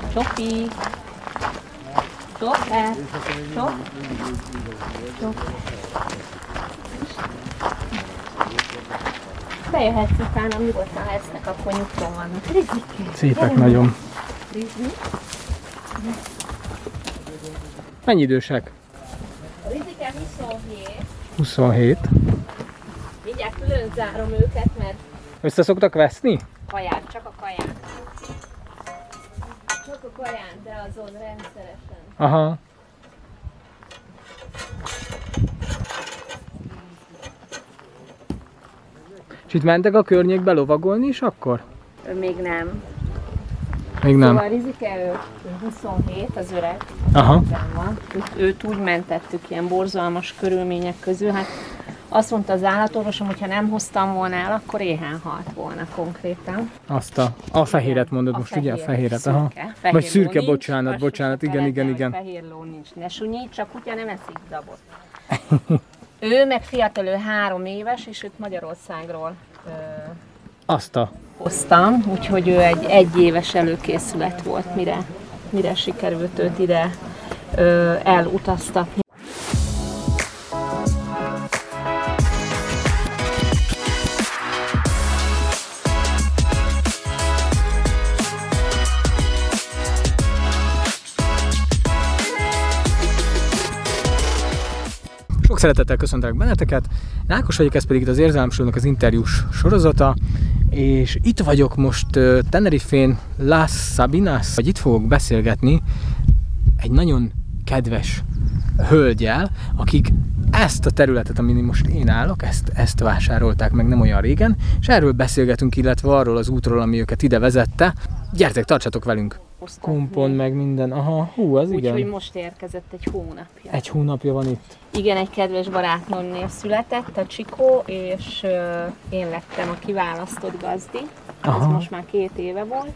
Csopi! Csop! Csop! Csop! Bejöhetsz utána, nyugodtan lesznek, akkor nyugton vannak. Rizike! Szépek nagyon. Rizik? Mennyi idősek? A rizike 27. 27. Mindjárt külön zárom őket, mert Össze szoktak veszni? kaját, csak a kaján. Csak a kaján, de azon rendszeresen. Aha. És itt mentek a környékbe lovagolni is akkor? Még nem. Még nem. Szóval Rizike, ő 27, az öreg. Aha. Van. Őt úgy mentettük ilyen borzalmas körülmények közül. Hát azt mondta az állatorvosom, hogy ha nem hoztam volna el, akkor éhen halt volna konkrétan. A fehéret mondod most, ugye? A fehéret, aha. Fehér Vagy szürke, ló nincs, bocsánat, igen. Fehér ló nincs, ne sunyít, csak kutya nem eszik dabot. Ő meg fiatal, ő 3 éves, és őt Magyarországról hoztam, úgyhogy ő egy éves előkészület volt, mire sikerült őt ide elutaztatni. Sok szeretettel köszöntelek benneteket. Ákos vagyok, ez pedig itt az Érzelemsónak az interjús sorozata, és itt vagyok most Tenerifén, Las Sabinas, vagy itt fogok beszélgetni egy nagyon kedves hölgyel, akik ezt a területet, amin most én állok, ezt vásárolták meg nem olyan régen, és erről beszélgetünk, illetve arról az útról, ami őket ide vezette. Gyertek, tartsatok velünk! Kompon meg minden, aha, az igen. Úgyhogy most érkezett egy hónapja. Egy hónapja van itt. Igen, egy kedves barátnőmnél született, a Csikó, és én lettem a kiválasztott gazdi. Ez most már 2 éve volt.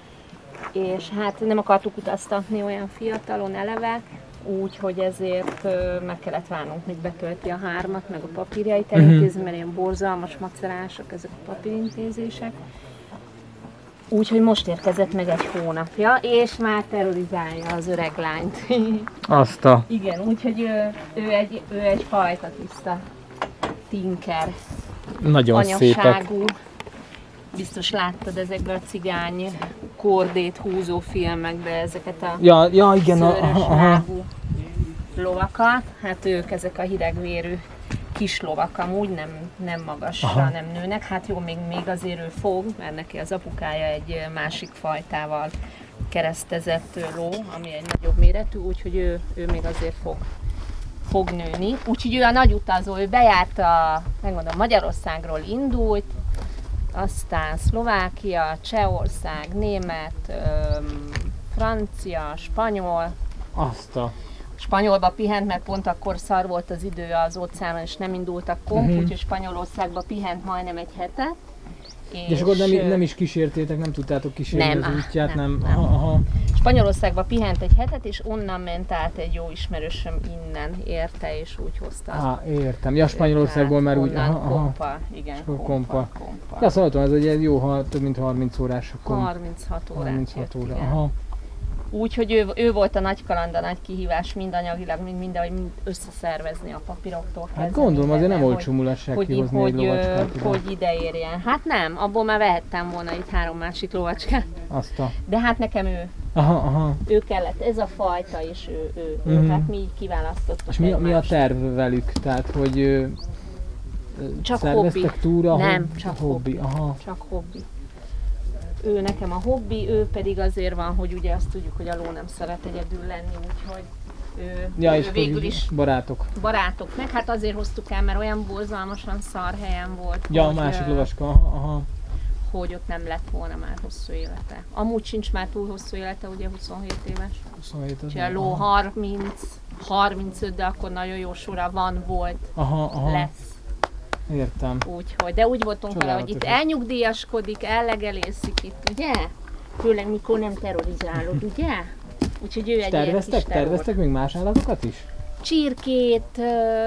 És hát nem akartuk utaztatni olyan fiatalon eleve, úgyhogy ezért meg kellett várnunk, hogy betölti a 3-at, meg a papírjait elintézni, mert ilyen borzalmas, macerások ezek a papírintézések. Úgyhogy most érkezett meg egy hónapja, és már terrorizálja az öreg lányt. Igen, úgyhogy ő egy fajta tiszta tinker. Nagyon anyaságú. Szépek. Biztos láttad ezekben a cigány kordét húzó filmekben ezeket a igen, szőrös lábú lovakat. Hát ők ezek a hidegvérű kis lovak, amúgy nem magasra nem nőnek. Hát jó, még azért ő fog, mert neki az apukája egy másik fajtával keresztezett ló, ami egy nagyobb méretű, úgyhogy ő még azért fog nőni. Úgyhogy ő a nagy utazó, ő bejárt megmondom, Magyarországról indult, aztán Szlovákia, Csehország, német, francia, spanyol. Spanyolba pihent, mert pont akkor szar volt az idő az óceánon, és nem indultak komp, úgyhogy Spanyolországba pihent majdnem egy hetet. És akkor nem is kísértétek, nem tudtátok kísérni az útját? Nem. Spanyolországba pihent egy hetet, és onnan ment át egy jó ismerősöm innen érte, és úgy hozta. Értem. Ja, Spanyolországból már úgy. Kompa, igen, kompa. De azt hallottam, ez egy jó, több mint 30 órás. 36 órát. 36 óra. Úgyhogy ő volt a nagy kaland, a nagy kihívás, mind anyagilag, mind mindenhogy összeszervezni a papíroktól kezdve. Hát gondolom, azért nem olcsó mulatság kihozni egy lovacskát. Hogy ide érjen. Hát nem, abból már vehettem volna itt 3 másik lovacskát. De hát nekem ő. Ő kellett, ez a fajta, és ő hát mi így kiválasztottuk. És mi a terv velük? Tehát, hogy csak szerveztek hobbi. túra? Nem, csak hobbi. Csak hobbi. Ő nekem a hobbi, ő pedig azért van, hogy ugye azt tudjuk, hogy a ló nem szeret egyedül lenni, úgyhogy ő végül is barátok. Meg hát azért hoztuk el, mert olyan borzalmasan szar helyen volt. Ja, a másik lovaska. Hogy ott nem lett volna már hosszú élete. Amúgy sincs már túl hosszú élete, ugye 27 éves. 27 úgyhogy a ló 35, de akkor nagyon jó sora volt, lesz. Értem. Úgyhogy, de úgy voltunk vele, hogy itt elnyugdíjaskodik, ellegelészik itt, ugye? Főleg mikor nem terrorizálod, ugye? Úgyhogy ő egy terveztek még más állatokat is? Csirkét,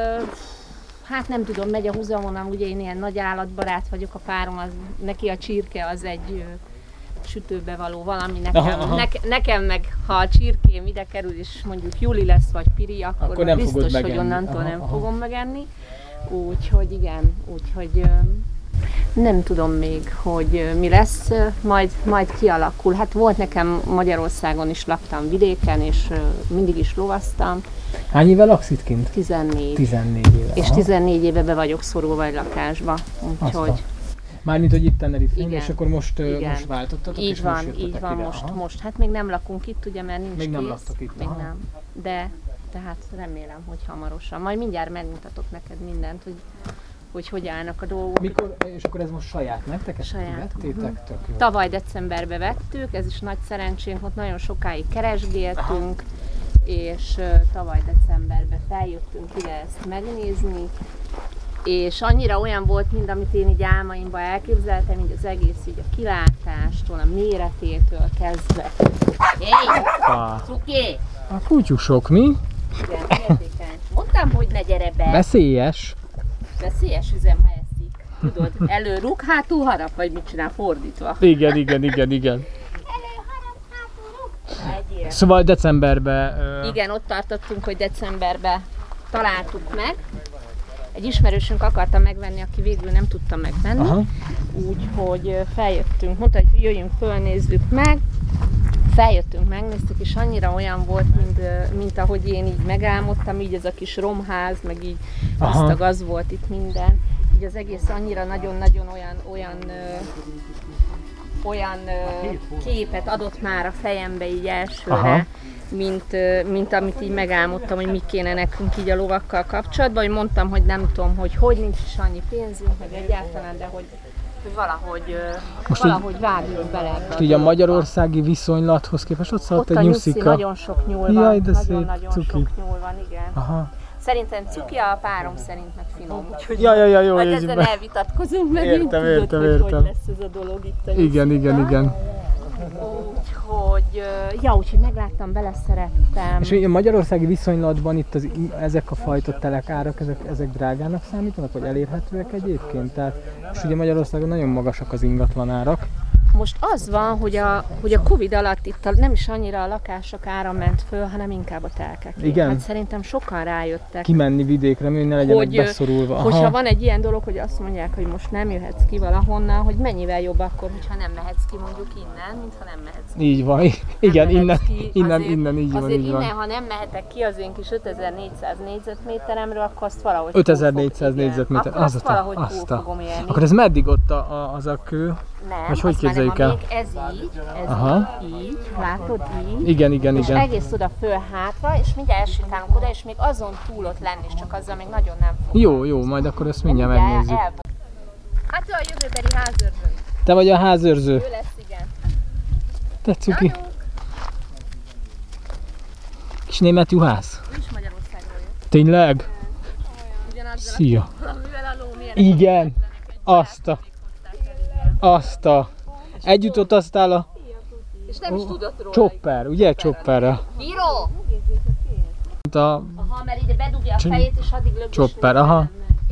hát nem tudom, megy a húzavonam, ugye én ilyen nagy állatbarát vagyok, a párom, neki a csirke az egy sütőbe való valami nekem. Aha. Nekem meg, ha a csirkém ide kerül, és mondjuk Juli lesz, vagy Piri, akkor nem biztos, fogod hogy megenni. onnantól nem fogom megenni. Úgyhogy igen, nem tudom még, hogy mi lesz, majd kialakul. Hát volt nekem Magyarországon is, laktam vidéken, és mindig is lovaztam. Hány éve laksz itt kint? 14. 14 éve. És 14 éve be vagyok szorulva egy lakásba. Úgyhogy Mármint, hogy itt Tenerife-n, igen, és akkor most igen. váltottatok, és Így van, most jöttetek így van, ide. most. Hát még nem lakunk itt, ugye, mert nincs Még kész. nem laktok itt, Még aha. nem. De tehát remélem, hogy hamarosan. Majd mindjárt megmutatok neked mindent, hogy állnak a dolgok. Mikor, és akkor ez most saját nektek? Ezt Saját. vettétek? Tök jó. Tavaly decemberben vettük, ez is nagy szerencsénk volt, nagyon sokáig keresgéltünk, és tavaly decemberben feljöttünk ide ezt megnézni, és annyira olyan volt, mint amit én így álmaimban elképzeltem, így az egész így a kilátástól, a méretétől kezdve. Hey, Cuki! A kutyusok, mi? Igen, érzékeny. Mondtam, hogy ne gyere be. Veszélyes. Veszélyes üzem, ha eszik. Tudod, előrúg, hátul harap, vagy mit csinál fordítva. Igen. Egyére. Szóval decemberben... Igen, ott tartottunk, hogy decemberben találtuk meg. Egy ismerősünk akarta megvenni, aki végül nem tudta megvenni. Aha. Úgyhogy feljöttünk, mondta, hogy jöjjünk föl, nézzük meg. Feljöttünk, megnéztük, és annyira olyan volt, mint ahogy én így megálmodtam, így ez a kis romház, meg így tiszta gaz volt itt minden. Így az egész annyira nagyon-nagyon olyan képet adott már a fejembe így elsőre, mint amit így megálmodtam, hogy mi kéne nekünk így a lovakkal kapcsolatban, hogy mondtam, hogy nem tudom, hogy nincs is annyi pénzünk, meg egyáltalán, de hogy valahogy vágjunk bele ebbe. Most így a magyarországi viszonylathoz képest ott szállt egy Ott a nyuszika. nagyon sok nyúl van, Jaj, de szép, nagyon cuki. sok nyúl van, igen. Aha. Szerintem cuki, a párom szerint meg finom, úgyhogy Ja, jó, majd jegyzük ezen be. elvitatkozunk meg, Értem, tudod, hogy lesz ez a dolog itt a Igen. úgyhogy megláttam, beleszerettem. És a magyarországi viszonylatban itt ezek a fajta telekárak, ezek drágának számítanak, vagy elérhetőek egyébként? Tehát, és ugye Magyarországon nagyon magasak az ingatlanárak. Most az van, hogy a Covid alatt itt nem is annyira a lakások ára ment föl, hanem inkább a telkek. Igen? Hát szerintem sokan rájöttek. Kimenni vidékre, hogy ne legyenek beszorulva. Aha. Hogyha van egy ilyen dolog, hogy azt mondják, hogy most nem jöhetsz ki valahonnan, hogy mennyivel jobb akkor, hogyha nem mehetsz ki mondjuk innen, mint ha nem mehetsz ki. Így van. Igen, innen így van. Azért innen, ha nem mehetek ki az én kis 5400 négyzetméteremről, akkor azt valahogy 5400 négyzetméter, akkor azt valahogy túl fogom élni. Akkor ez meddig ott az a kő? Nem, vagy hogy képzeljük el? Ez így, látod így? Igen. És egész oda föl hátra, és mindjárt elsétálunk oda, és még azon túl ott lenni, és csak azzal még nagyon nem fog. Jó, majd akkor ezt mindjárt megnézzük. Hát ő a jövőbeli házőrző. Te vagy a házőrző? Ő lesz, igen. Te cuki. Kis német juhász? Ő is Magyarországról jött. Tényleg? Ugyanazzal Szia. valamivel a ló miért? Igen. Azt a... Együtt utaztál a... És nem is tudott róla. Chopper, ugye? Chopperre. Bíró! A Aha, mert ide bedugja a fejét, és addig lögdösni. Chopper, aha.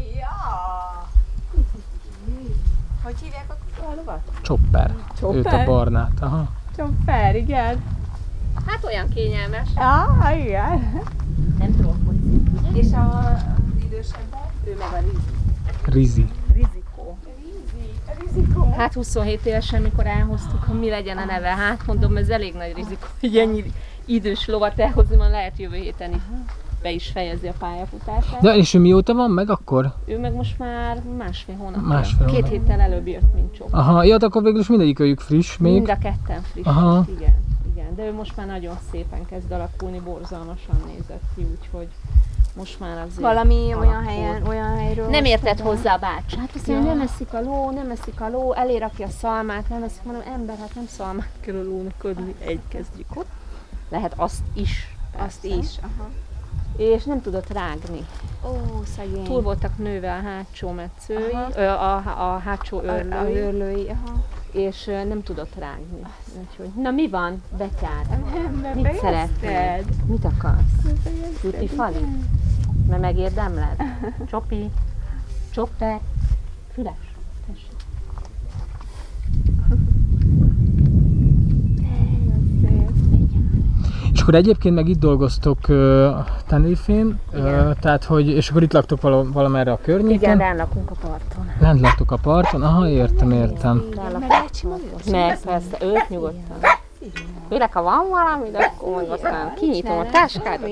Hogy hívják a lovat? Chopper. Őt a barnát, aha. Chopper, igen. Hát olyan kényelmes. Igen. Nem trollkodsz, ugye? És az idősebben? Ő meg a Rizi. Rizi. Rizikó. Rizikó. Hát 27 évesen, mikor elhoztuk, hogy mi legyen a neve. Hát mondom, ez elég nagy rizikó, hogy ennyi idős lovat elhozni, van lehet jövő héten is be is fejezi a pályafutását. De és ő mióta van meg akkor? Ő meg most már másfél hónapja. Másfél 2 hónap. héttel előbb jött, mint Csop. Aha, ja, akkor végül is mindegyikőjük friss még. Mind a ketten friss. Aha. Igen. De ő most már nagyon szépen kezd alakulni, borzalmasan nézett ki, úgyhogy most már azért Valami alakul. olyan helyről. Nem értett hozzá a bácsi. Hát azt mondja, nem eszik a ló, elérakja a szalmát, nem eszik, mondom, ember, hát nem szalmát kell a lónak adni, egy kezdjük ott. Lehet azt is. Azt is, aha. És nem tudott rágni. Ó, szegény. Túl voltak nőve a hátsó metszői, a hátsó őrlői, őrlői, aha. és nem tudott rágni. Úgyhogy, na mi van, betyár? Nem, Mit szeretnél? Mit akarsz? Tuti fali? Mert megérdemled? Csopi? Csopper? Füles? Tessék. És akkor egyébként meg itt dolgoztok Tenerifén, tehát hogy, és akkor itt laktok valamerre a környéken? Igen, rán lakunk a parton. Lent laktok a parton? Aha, értem. Meg persze, őt nyugodtan. Főleg, ha van valami, de akkor majd aztán kinyitom a táskát.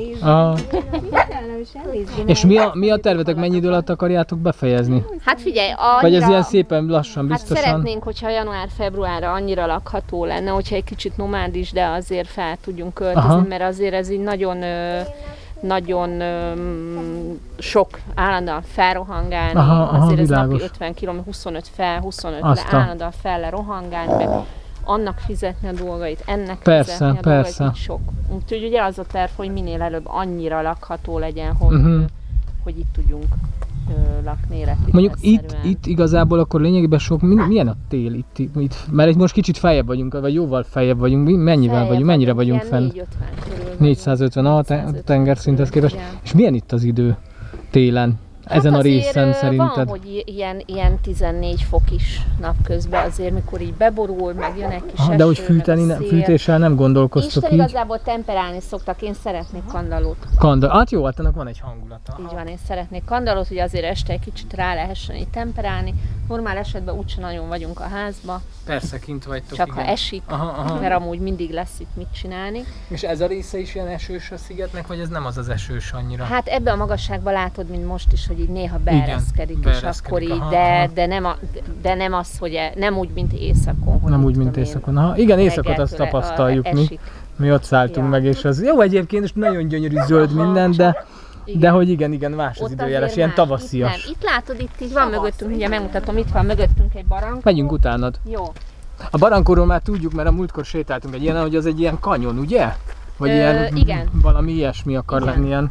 És mi a tervetek, mennyi idő alatt akarjátok befejezni? Hát figyelj, annyira... Vagy ez ilyen szépen lassan, biztosan? Hát szeretnénk, hogyha január-februárra annyira lakható lenne, hogyha egy kicsit nomádis, de azért fel tudjunk költözni, mert azért ez így nagyon sok állandóan felrohangálni, azért ez napi 50 km, 25 fel, 25 le, állandóan felle rohangálni, meg annak fizetni a dolgait, ennek fizetni a dolgait, így sok. Úgyhogy ugye az a terv, hogy minél előbb annyira lakható legyen, hogy itt tudjunk lakni életét. Mondjuk itt igazából akkor lényegében sok, milyen a tél itt? Mert most kicsit feljebb vagyunk, vagy jóval feljebb vagyunk, mennyire vagyunk fenn? 450 a tengerszinthez képest. Igen. És milyen itt az idő télen? Ezen a részen szerinted? Van, hogy ilyen 14 fok is napközben azért, mikor így beborul, meg jön egy kis eső, de hogy fűtéssel nem gondolkoztok így? Igazából temperálni szoktak, én szeretnék kandallót. Hát jó, hát ennek van egy hangulata. Így van, én szeretnék kandallót, hogy azért este egy kicsit rá lehessen így temperálni. Normál esetben úgyse nagyon vagyunk a házba. Persze, kint vagytok. Csak igen. Ha esik, mert amúgy mindig lesz itt mit csinálni. És ez a része is ilyen esős a szigetnek, vagy ez nem az esős annyira? Hát ebben a magasságban látod, mint most is, hogy így néha beereszkedik, és akkor így, de nem az, hogy nem úgy, mint éjszakon. Nem úgy, mint éjszakon. Igen, éjszakot azt tapasztaljuk mi. Mi ott szálltunk meg, és az jó egyébként, és nagyon gyönyörű zöld minden, de hogy igen, más az időjárás, ilyen tavaszias. Itt látod, itt így van mögöttünk, ugye megmutatom, itt van mögöttünk egy barankó. Megyünk utánad. Jó. A barankóról már tudjuk, mert a múltkor sétáltunk egy ilyen, hogy az egy ilyen kanyon, ugye? Vagy ilyen, igen. Valami ilyesmi akar lenni ilyen.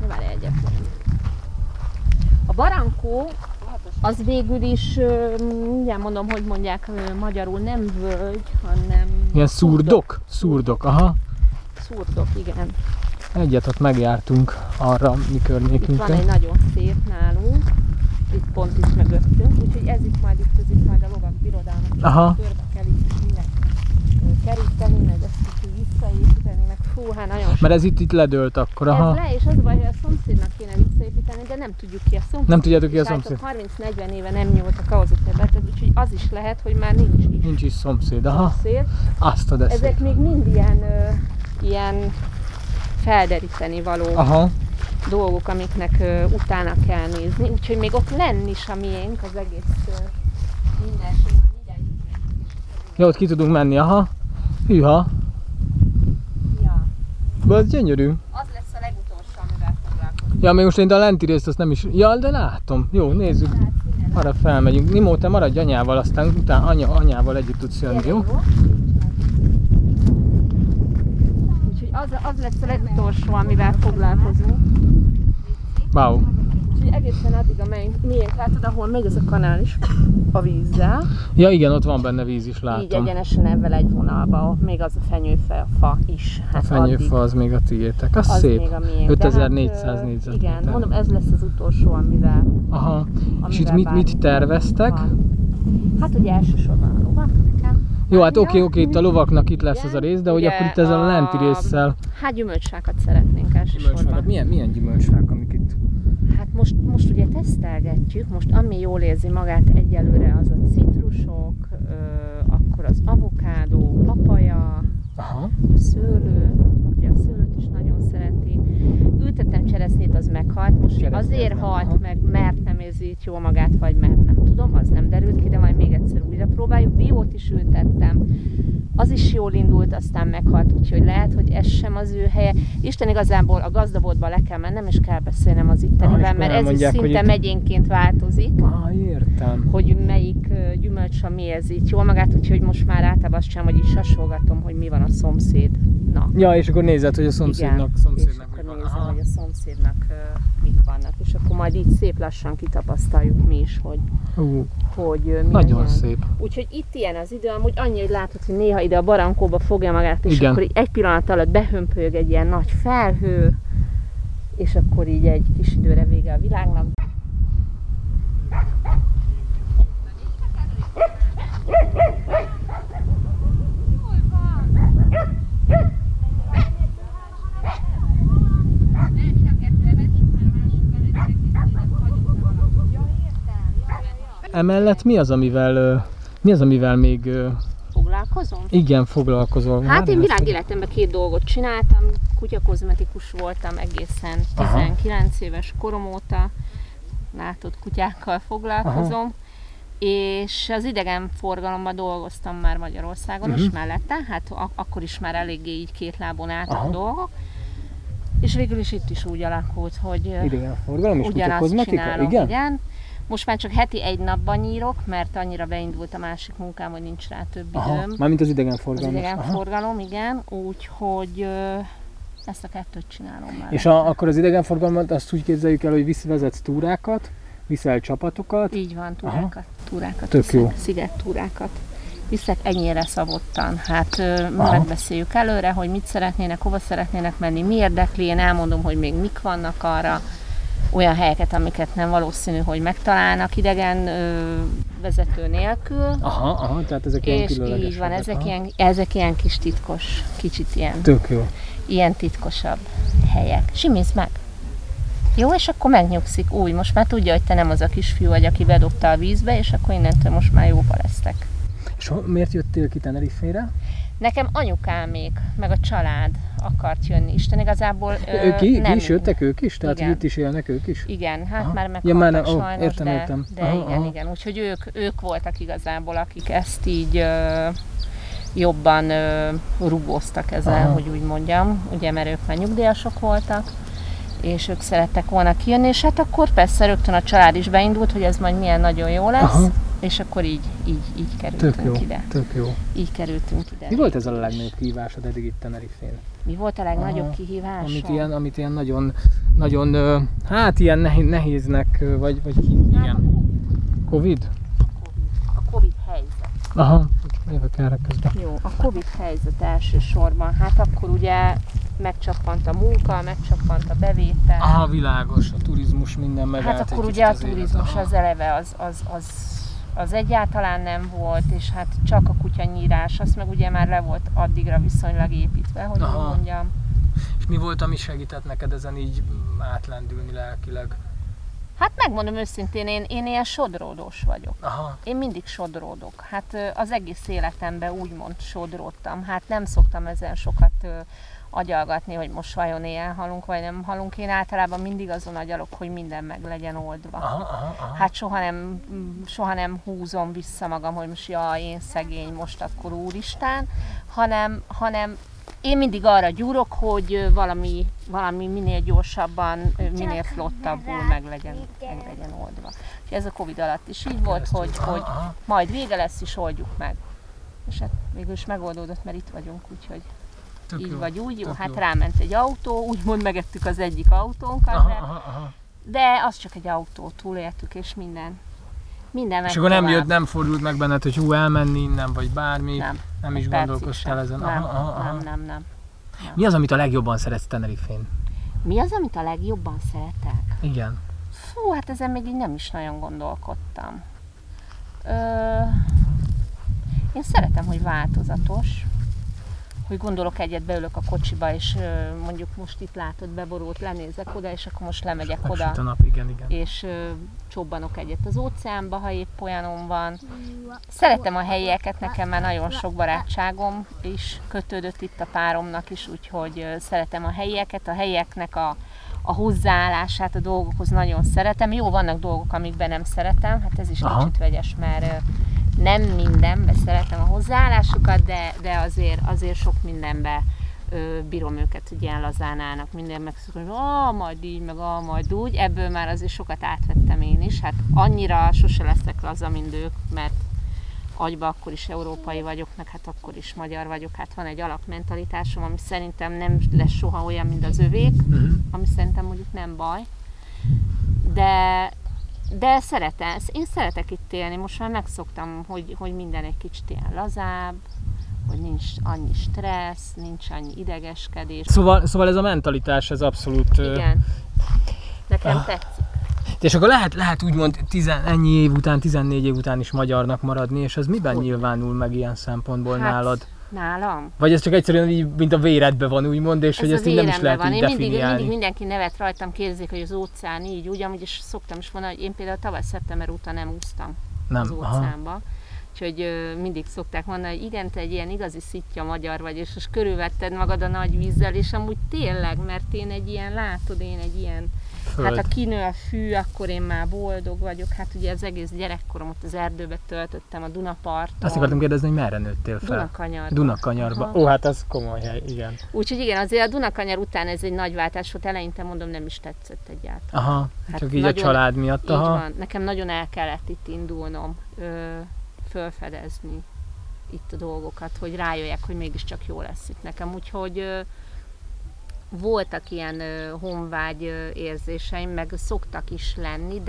A barankó az végül is, mindjárt mondom, hogy mondják magyarul, nem völgy, hanem... Ilyen szurdok? Szurdok, aha. Szurdok, igen. Egyet ott megjártunk arra mi környékünkön. Itt van egy nagyon szép nálunk, itt pont is mögöttünk, úgyhogy ez itt majd a lovak birodalmak. Körbe kell itt minden keríteni, meg ezt így visszaépíteni, meg hát nagyon sok. Mert ez itt ledőlt akkor, Ez le, és az a baj, hogy a szomszédnak kéne visszaépíteni, de nem tudjuk ki a szomszéd. Nem tudjátok ki a szomszéd. 30-40 éve nem nyúltak ahhoz a területet, úgyhogy az is lehet, hogy már nincs is. Nincs is szomszéd, Azt a deszét. Ezek még mind ilyen felderíteni való dolgok, amiknek utána kell nézni, úgyhogy még ott lenn is a miénk, az egész mindenség. Jó, ott ki tudunk menni, Hűha. De az gyönyörű. Az lesz a legutolsó, amivel foglalkozunk. Ja, még most én a lenti részt azt nem is... Ja, de látom. Jó, nézzük. Arra felmegyünk. Nimó, te maradj anyával, aztán utána anyával együtt tudsz jönni, jó? Úgyhogy az lesz a legutolsó, amivel foglalkozunk. Wow. Úgyhogy egészen addig, miénk látod, ahol megy ez a kanál is a vízzel. Ja igen, ott van benne víz is, látom. Így egyenesen ebben egy vonalba, még az a fenyőfa is. Hát a fenyőfa az még a tiétek, az szép. Még a miénk. 5400 négyzetméter. Igen, mondom, ez lesz az utolsó, amivel... És itt mit terveztek? Hát ugye elsősorban a lovak. Jó, hát oké, itt a lovaknak itt lesz az a rész, de hogy akkor itt ezzel a lenti résszel... Hát gyümölcsfákat szeretnénk elsősorban. Milyen gyümölcsfák, amik itt? Hát most ugye tesztelgetjük, most ami jól érzi magát egyelőre az a citrusok, akkor az avokádó, papaja, a szőlő, ugye a szőlőt is nagyon szereti. Ültettem cseresznyét, az meghalt, most azért halt meg, mert nem érzi itt jól magát, vagy mert nem tudom, az nem derült ki, de majd még egyszer újra próbáljuk. Diót is ültettem, az is jól indult, aztán meghalt, úgyhogy lehet, hogy ez sem az ő helye. Isten igazából a gazdaboltba le kell mennem, és kell beszélnem az ittenivel, mert ez is szinte megyénként változik. Értem. Hogy melyik gyümölcs, ami érzi itt jól magát, úgyhogy most már általában azt sem, hogy így sasolgatom, hogy mi van a szomszédnak. Ja, és akkor nézed, hogy a szomszédnak és akkor nézem, hogy a szomszédnak mit vannak, és akkor majd így szép lassan kitapasztaljuk mi is, hogy mi nagyon legyen. Szép. Úgyhogy itt ilyen az idő, amúgy annyi, hogy látod, hogy néha ide a barankóba fogja magát, és akkor így egy pillanat alatt behömpölyög egy ilyen nagy felhő, és akkor így egy kis időre vége a világnak. emellett mi az, amivel még Foglalkozom? igen foglalkozol? Hát én világéletemben 2 dolgot csináltam. Kutyakozmetikus voltam egészen 19 éves korom óta. Látod, kutyákkal foglalkozom. És az idegenforgalomban dolgoztam már Magyarországon is mellette, hát akkor is már eléggé így 2 lábon álltak a dolgok. És végül is itt is úgy alakult, hogy idegenforgalom és ugyanazt kutyakozmetika? csinálok, igen. Most már csak heti 1 napban nyírok, mert annyira beindult a másik munkám, hogy nincs rá több időm. Mármint az idegenforgalom. Az idegenforgalom, igen, úgyhogy ezt a 2-t csinálom már. És akkor az idegenforgalmat azt úgy képzeljük el, hogy vezetsz túrákat, viszel csapatokat. Így van, túrákat Tök jó. szigettúrákat. Viszek ennyire szabottan. Hát megbeszéljük előre, hogy mit szeretnének, hova szeretnének menni, mi érdekli, én elmondom, hogy még mik vannak arra, olyan helyeket, amiket nem valószínű, hogy megtalálnak idegen vezető nélkül. Tehát ezek ilyen különleges. És így van, ezek ilyen kis titkos, kicsit ilyen. Tök jó. Ilyen titkosabb helyek. Simízd meg! Jó, és akkor megnyugszik úgy, most már tudja, hogy te nem az a kisfiú vagy, aki bedobta a vízbe, és akkor innentől most már jóba lesztek. És miért jöttél ki Tenerife-re? Nekem anyukámék, meg a család akart jönni. Isten igazából ki is jöttek ők is? Tehát itt is élnek ők is? Igen, hát már meghaltak sajnos, értem. De igen. Úgyhogy ők voltak igazából, akik ezt így jobban rugóztak ezzel, hogy úgy mondjam, ugye, mert ők már nyugdíjasok voltak, és ők szerettek volna kijönni, és hát akkor persze rögtön a család is beindult, hogy ez majd milyen nagyon jó lesz, és akkor így kerültünk ide. Tök jó. Így kerültünk ide. Mi volt ez a legnagyobb kihívásod eddig itt Tenerife-n? Mi volt a legnagyobb kihívásom? Amit ilyen nagyon, hát ilyen nehéznek, vagy igen. Covid? A Covid helyzet. Jövök erre közben. Jó, a Covid helyzet elsősorban. Hát akkor ugye megcsappant a munka, megcsappant a bevétel. Világos, a turizmus minden megállt. Hát akkor ugye a turizmus az eleve az egyáltalán nem volt, és hát csak a kutyanyírás, azt meg ugye már le volt addigra viszonylag építve, hogy mondjam. És mi volt, ami segített neked ezen így átlendülni lelkileg? Hát megmondom őszintén, én ilyen sodródós vagyok. Én mindig sodródok. Hát az egész életemben úgymond sodródtam. Hát nem szoktam ezen sokat agyalgatni, hogy most vajon éjjel halunk, vagy nem halunk. Én általában mindig azon agyalok, hogy minden meg legyen oldva. Hát soha nem húzom vissza magam, hogy most én szegény, most akkor úristen, hanem én mindig arra gyúrok, hogy valami minél gyorsabban, minél flottabbul meg legyen oldva. És ez a Covid alatt is így volt, hogy majd vége lesz, és oldjuk meg. És hát végül is megoldódott, mert itt vagyunk, úgyhogy így vagy úgy. Jó, hát ráment egy autó, úgymond megettük az egyik autónkat, de az csak egy autó, túléltük, és minden és akkor nem fordult meg benned, hogy elmenni innen, vagy bármi? Nem is gondolkoztál ezen? Nem. Mi az, amit a legjobban szeretsz Tenerife-n? Mi az, amit a legjobban szeretek? Igen. Fú, hát ezen még így nem is nagyon gondolkodtam. Én szeretem, hogy változatos. Hogy gondolok egyet, beülök a kocsiba, és mondjuk most itt látod, beborult, lenézek oda, és akkor most lemegyek oda. A nap, igen. És csobbanok egyet az óceánba, ha épp olyanom van. Szeretem a helyieket, nekem már nagyon sok barátságom is kötődött itt a páromnak is, úgyhogy szeretem a helyieket, a helyieknek a hozzáállását a dolgokhoz nagyon szeretem. Jó, vannak dolgok, amikben nem szeretem, hát ez is kicsit vegyes, mert nem mindenben szeretem a hozzáállásukat, de azért sok mindenben bírom őket, hogy ilyen lazán állnak, minden megszokott, hogy majd így, meg majd úgy. Ebből már azért sokat átvettem én is. Hát annyira sose leszek laza, mint ők, mert agyba akkor is európai vagyok, meg hát akkor is magyar vagyok. Hát van egy alapmentalitásom, ami szerintem nem lesz soha olyan, mint az övék, ami szerintem mondjuk nem baj. De én szeretek itt élni, most már megszoktam, hogy minden egy kicsit ilyen lazább, hogy nincs annyi stressz, nincs annyi idegeskedés. Szóval ez a mentalitás, ez abszolút... Igen, nekem tetszik. És akkor lehet úgymond ennyi év után, 14 év után is magyarnak maradni, és ez miben nyilvánul meg ilyen szempontból nálad? Nálam? Vagy ez csak egyszerűen így, mint a véredben van, úgymond, és hogy ezt így nem is lehet így definiálni. Mindig mindenki nevet rajtam, kérdezik, hogy az óceán így, úgy, amúgy is szoktam is mondani, hogy én például tavaly szeptember óta nem úsztam. az óceánba. Úgyhogy mindig szokták mondani, hogy igen, te egy ilyen igazi szitja magyar vagy, és most körülvetted magad a nagy vízzel, és amúgy tényleg, mert én egy ilyen, látod, én egy ilyen, Föld. hát ha kinő a fű, akkor én már boldog vagyok. Hát ugye az egész gyerekkoromat az erdőbe töltöttem, a Dunaparton. Azt akartam kérdezni, hogy merre nőttél fel? Dunakanyarba. Dunakanyarba. Ó, hát az komoly hely, igen. Úgyhogy igen, azért a Dunakanyar után ez egy nagy váltás volt, eleinte mondom, nem is tetszett egyáltalán. Aha, Hát csak így nagyon, a család miatt, így aha. van. Nekem nagyon el kellett itt indulnom, felfedezni itt a dolgokat, hogy rájöjjek, hogy mégiscsak jó lesz itt nekem. Úgyhogy voltak ilyen honvágy érzéseim, meg szoktak is lenni,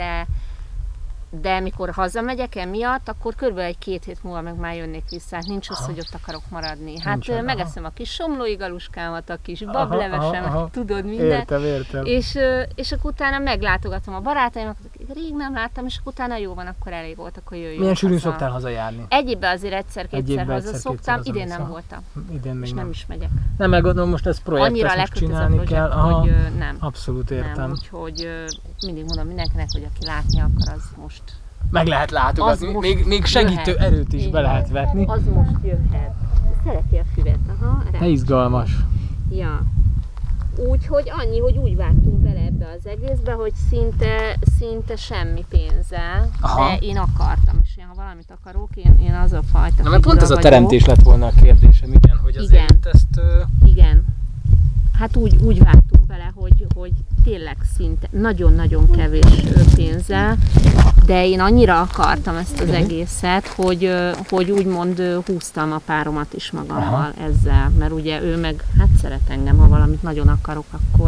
de mikor hazamegyek emiatt, akkor körülbelül egy-két hét múlva meg már jönnék vissza. Hát nincs az, hogy ott akarok maradni. Hát Nincsen, megeszem a kis somlói galuskámat, a kis bablevesemet, tudod, minden. Értem. És akkor utána meglátogatom a barátaimat, akik rég nem láttam, és akkor utána jó van, akkor elég volt, akkor jöjjön. Milyen sűrűn szoktál hazajárni? Egy évben azért egyszer-kétszer hazaszoktam, idén nem hazamész, voltam. Idén még És nem is megyek. Nem, meg gondolom, most ez projekt, Annyira ezt most lekötött ez a csinálni projekt, kell. Aha, hogy nem. abszolút értem. Nem, úgyhogy mindig mondom mindenkinek, hogy aki látni akar, az most... Meg lehet látogatni, Az most még segítő jöhet. erőt is Így be van. lehet vetni. Az most jöhet. Szereti a füvet, aha. De izgalmas. Ja. Úgyhogy annyi, hogy úgy vágtunk bele ebbe az egészbe, hogy szinte semmi pénzzel, Aha. de én akartam, és én ha valamit akarok, én az a fajta Na, mert pont ez a figura teremtés lett volna a kérdésem, igen, hogy azért Igen. ezt... Igen. Hát úgy vágtunk bele, hogy tényleg szinte nagyon-nagyon kevés pénzzel, de én annyira akartam ezt az egészet, hogy úgymond húztam a páromat is magammal ezzel, mert ugye ő meg hát szeret engem, ha valamit nagyon akarok,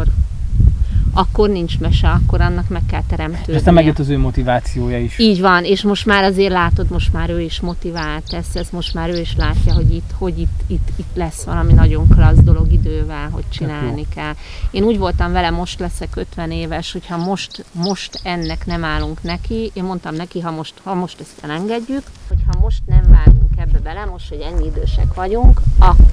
akkor nincs mese, akkor annak meg kell teremtődnie. És aztán megjött az ő motivációja is. Így van, és most már azért látod, most már ő is motivált ezt most már ő is látja, hogy itt lesz valami nagyon klassz dolog idővel, hogy csinálni kell. Én úgy voltam vele, most leszek 50 éves, hogyha most ennek nem állunk neki, én mondtam neki, ha most ezt elengedjük, hogyha most nem vágunk ebbe bele, most, hogy ennyi idősek vagyunk,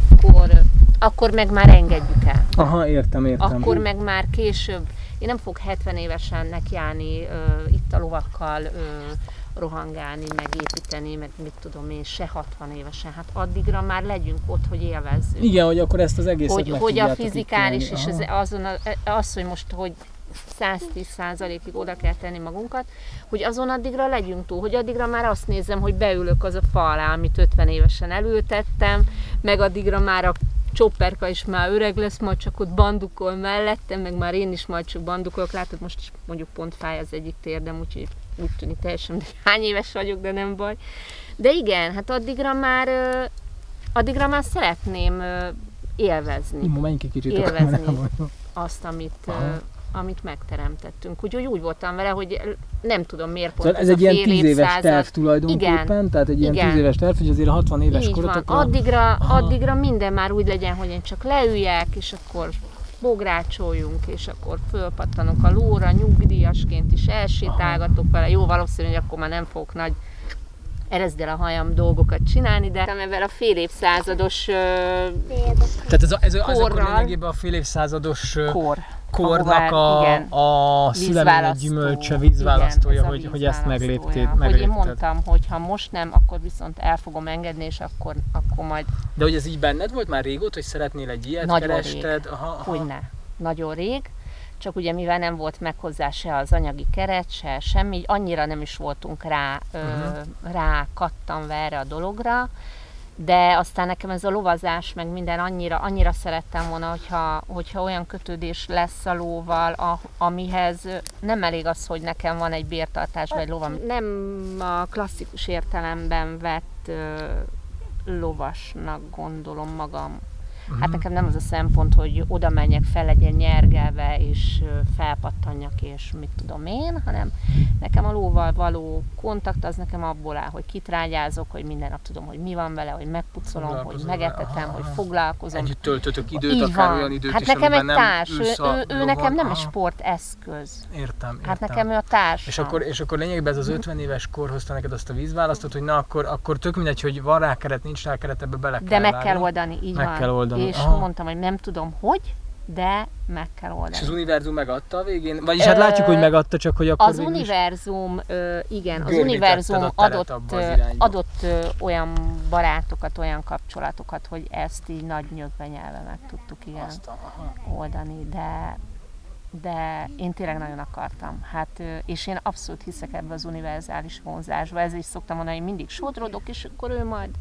akkor meg már engedjük el. Aha, értem. Akkor meg már később, én nem fog 70 évesen nekiállni itt a lovakkal rohangálni, meg építeni, meg mit tudom én, se 60 évesen. Hát addigra már legyünk ott, hogy élvezzük. Igen, hogy akkor ezt az egészet meg Hogy a tudjátok fizikális itt és csinálni. az, hogy most, hogy 110%-ig oda kell tenni magunkat, hogy azon addigra legyünk túl, hogy addigra már azt nézem, hogy beülök az a fa alá, amit 50 évesen elültettem, meg addigra már a csopperka is már öreg lesz, majd csak ott bandukol mellettem, meg már én is majd csak bandukolok. Látod, most is mondjuk pont fáj az egyik térdem, úgyhogy úgy tűnik teljesen, de hány éves vagyok, de nem baj. De igen, hát addigra már szeretném élvezni. Menj ki kicsit élvezni azt, amit megteremtettünk. Úgyhogy úgy voltam vele, hogy nem tudom miért pont szóval ez egy ilyen 10 éves évszázad. terv tulajdonképpen, Igen. tehát egy ilyen 10 éves terv, hogy azért a 60 éves Így korotokra... van. Addigra minden már úgy legyen, hogy én csak leüljek, és akkor bográcsoljunk, és akkor fölpattanok a lóra, nyugdíjasként is elsétálgatok vele. Jó, valószínű, hogy akkor már nem fogok nagy erezdel a hajam dolgokat csinálni, de ebben a fél évszázados Tehát ez akkor korral, lényegében a fél évszázados igen, kornak a szülemény gyümölcse, vízválasztója, igen, hogy ezt meglépted. Hogy én mondtam, hogy ha most nem, akkor viszont el fogom engedni, és akkor majd... De hogy ez így benned volt már régóta, hogy szeretnél egy ilyet, nagyon kerested? Rég. Hogyne. Nagyon rég. Csak ugye mivel nem volt meg hozzá se az anyagi keret, se semmi, így annyira nem is voltunk rá kattanva erre a dologra, de aztán nekem ez a lovazás, meg minden annyira szerettem volna, hogyha olyan kötődés lesz a lóval, amihez nem elég az, hogy nekem van egy bértartás vagy lovam. Nem a klasszikus értelemben vett lovasnak gondolom magam. Hát nekem nem az a szempont, hogy oda menjek, fel legyen nyergelve, és felpattanjak, és mit tudom én, hanem nekem a lóval való kontakt az nekem abból áll, hogy kitrágyázok, hogy minden nap tudom, hogy mi van vele, hogy megpucolom, hogy megetetem, hogy foglalkozom. Együtt töltötök időt, akár olyan időt hát is, nekem egy nem társ, ő nekem nem egy sporteszköz. Értem. Hát nekem ő a társ. És akkor lényegében ez az 50 éves kor hozta neked azt a vízválasztót, hogy na akkor tök mindegy, hogy van rá keret, nincs rá keret, ebbe bele kell De meg vágni. kell oldani, így meg van. kell oldani. És mondtam, hogy nem tudom, hogy, de meg kell oldani. És az univerzum megadta a végén? Vagyis hát látjuk, hogy megadta, csak hogy akkor az univerzum, igen, az görbítette univerzum a teret abba az irányba. adott olyan barátokat, olyan kapcsolatokat, hogy ezt így nagy nyögvenyelve meg tudtuk oldani, de én tényleg nagyon akartam. Hát, és én abszolút hiszek ebbe az univerzális vonzásba. Ezért is szoktam mondani, hogy mindig sodrodok, és akkor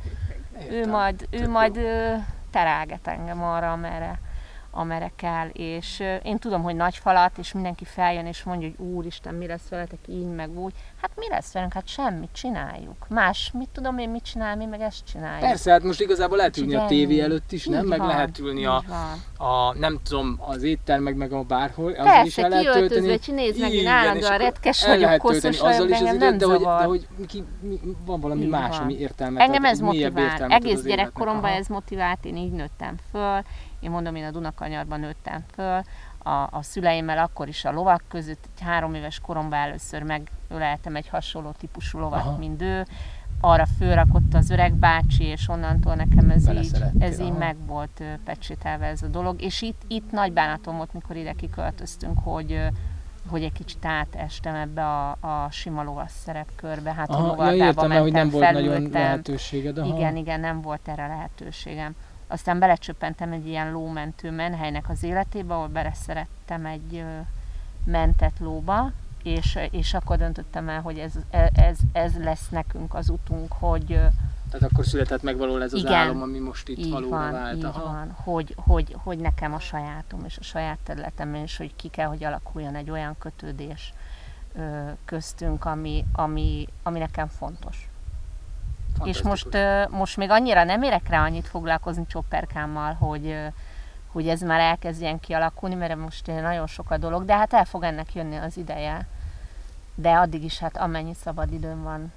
ő majd terelget engem arra, amerre kell, és én tudom, hogy nagy falat, és mindenki feljön, és mondja, hogy úristen, mi lesz veletek így, meg úgy. Hát mi lesz velünk? Hát semmit csináljuk. Más, mit tudom én, mit csinál, mi meg ezt csináljuk. Persze, hát most igazából lehet ülni a tévé előtt is, nem? Meg lehet ülni a nem tudom, az éttermek, meg a bárhol. Persze, kiöltözve, nézd meg, én állandóan retkes vagyok, koszos vagyok, engem nem zavar. De hogy van valami más, ami értelmet engem ez motivál. Egész gyerekkoromban ez motivált, én így nőttem föl. Én mondom, én a Dunakanyarban nőttem föl, a szüleimmel akkor is a lovak között, 3 éves koromban először megöleltem egy hasonló típusú lovat, mint ő. Arra fölrakott az öreg bácsi, és onnantól nekem ez így meg volt pecsételve ez a dolog. És itt nagy bánatom volt, mikor ide kiköltöztünk, hogy egy kicsit átestem ebbe a sima lovas szerepkörbe. Hát a lovardába mentem, hogy nem volt nagyon lehetőséged. Igen, nem volt erre lehetőségem. Aztán belecsöppentem egy ilyen lómentő menhelynek az életébe, ahol beleszerettem egy mentett lóba, és akkor döntöttem el, hogy ez lesz nekünk az utunk, hogy... Tehát akkor született meg valahol ez az álom, ami most itt valóra vált. Így van, hogy nekem a sajátom és a saját területem, és hogy ki kell, hogy alakuljon egy olyan kötődés köztünk, ami nekem fontos. És most még annyira nem érek rá annyit foglalkozni csopperkámmal, hogy ez már elkezdjen kialakulni, mert most nagyon sok a dolog, de hát el fog ennek jönni az ideje. De addig is hát amennyi szabad időm van,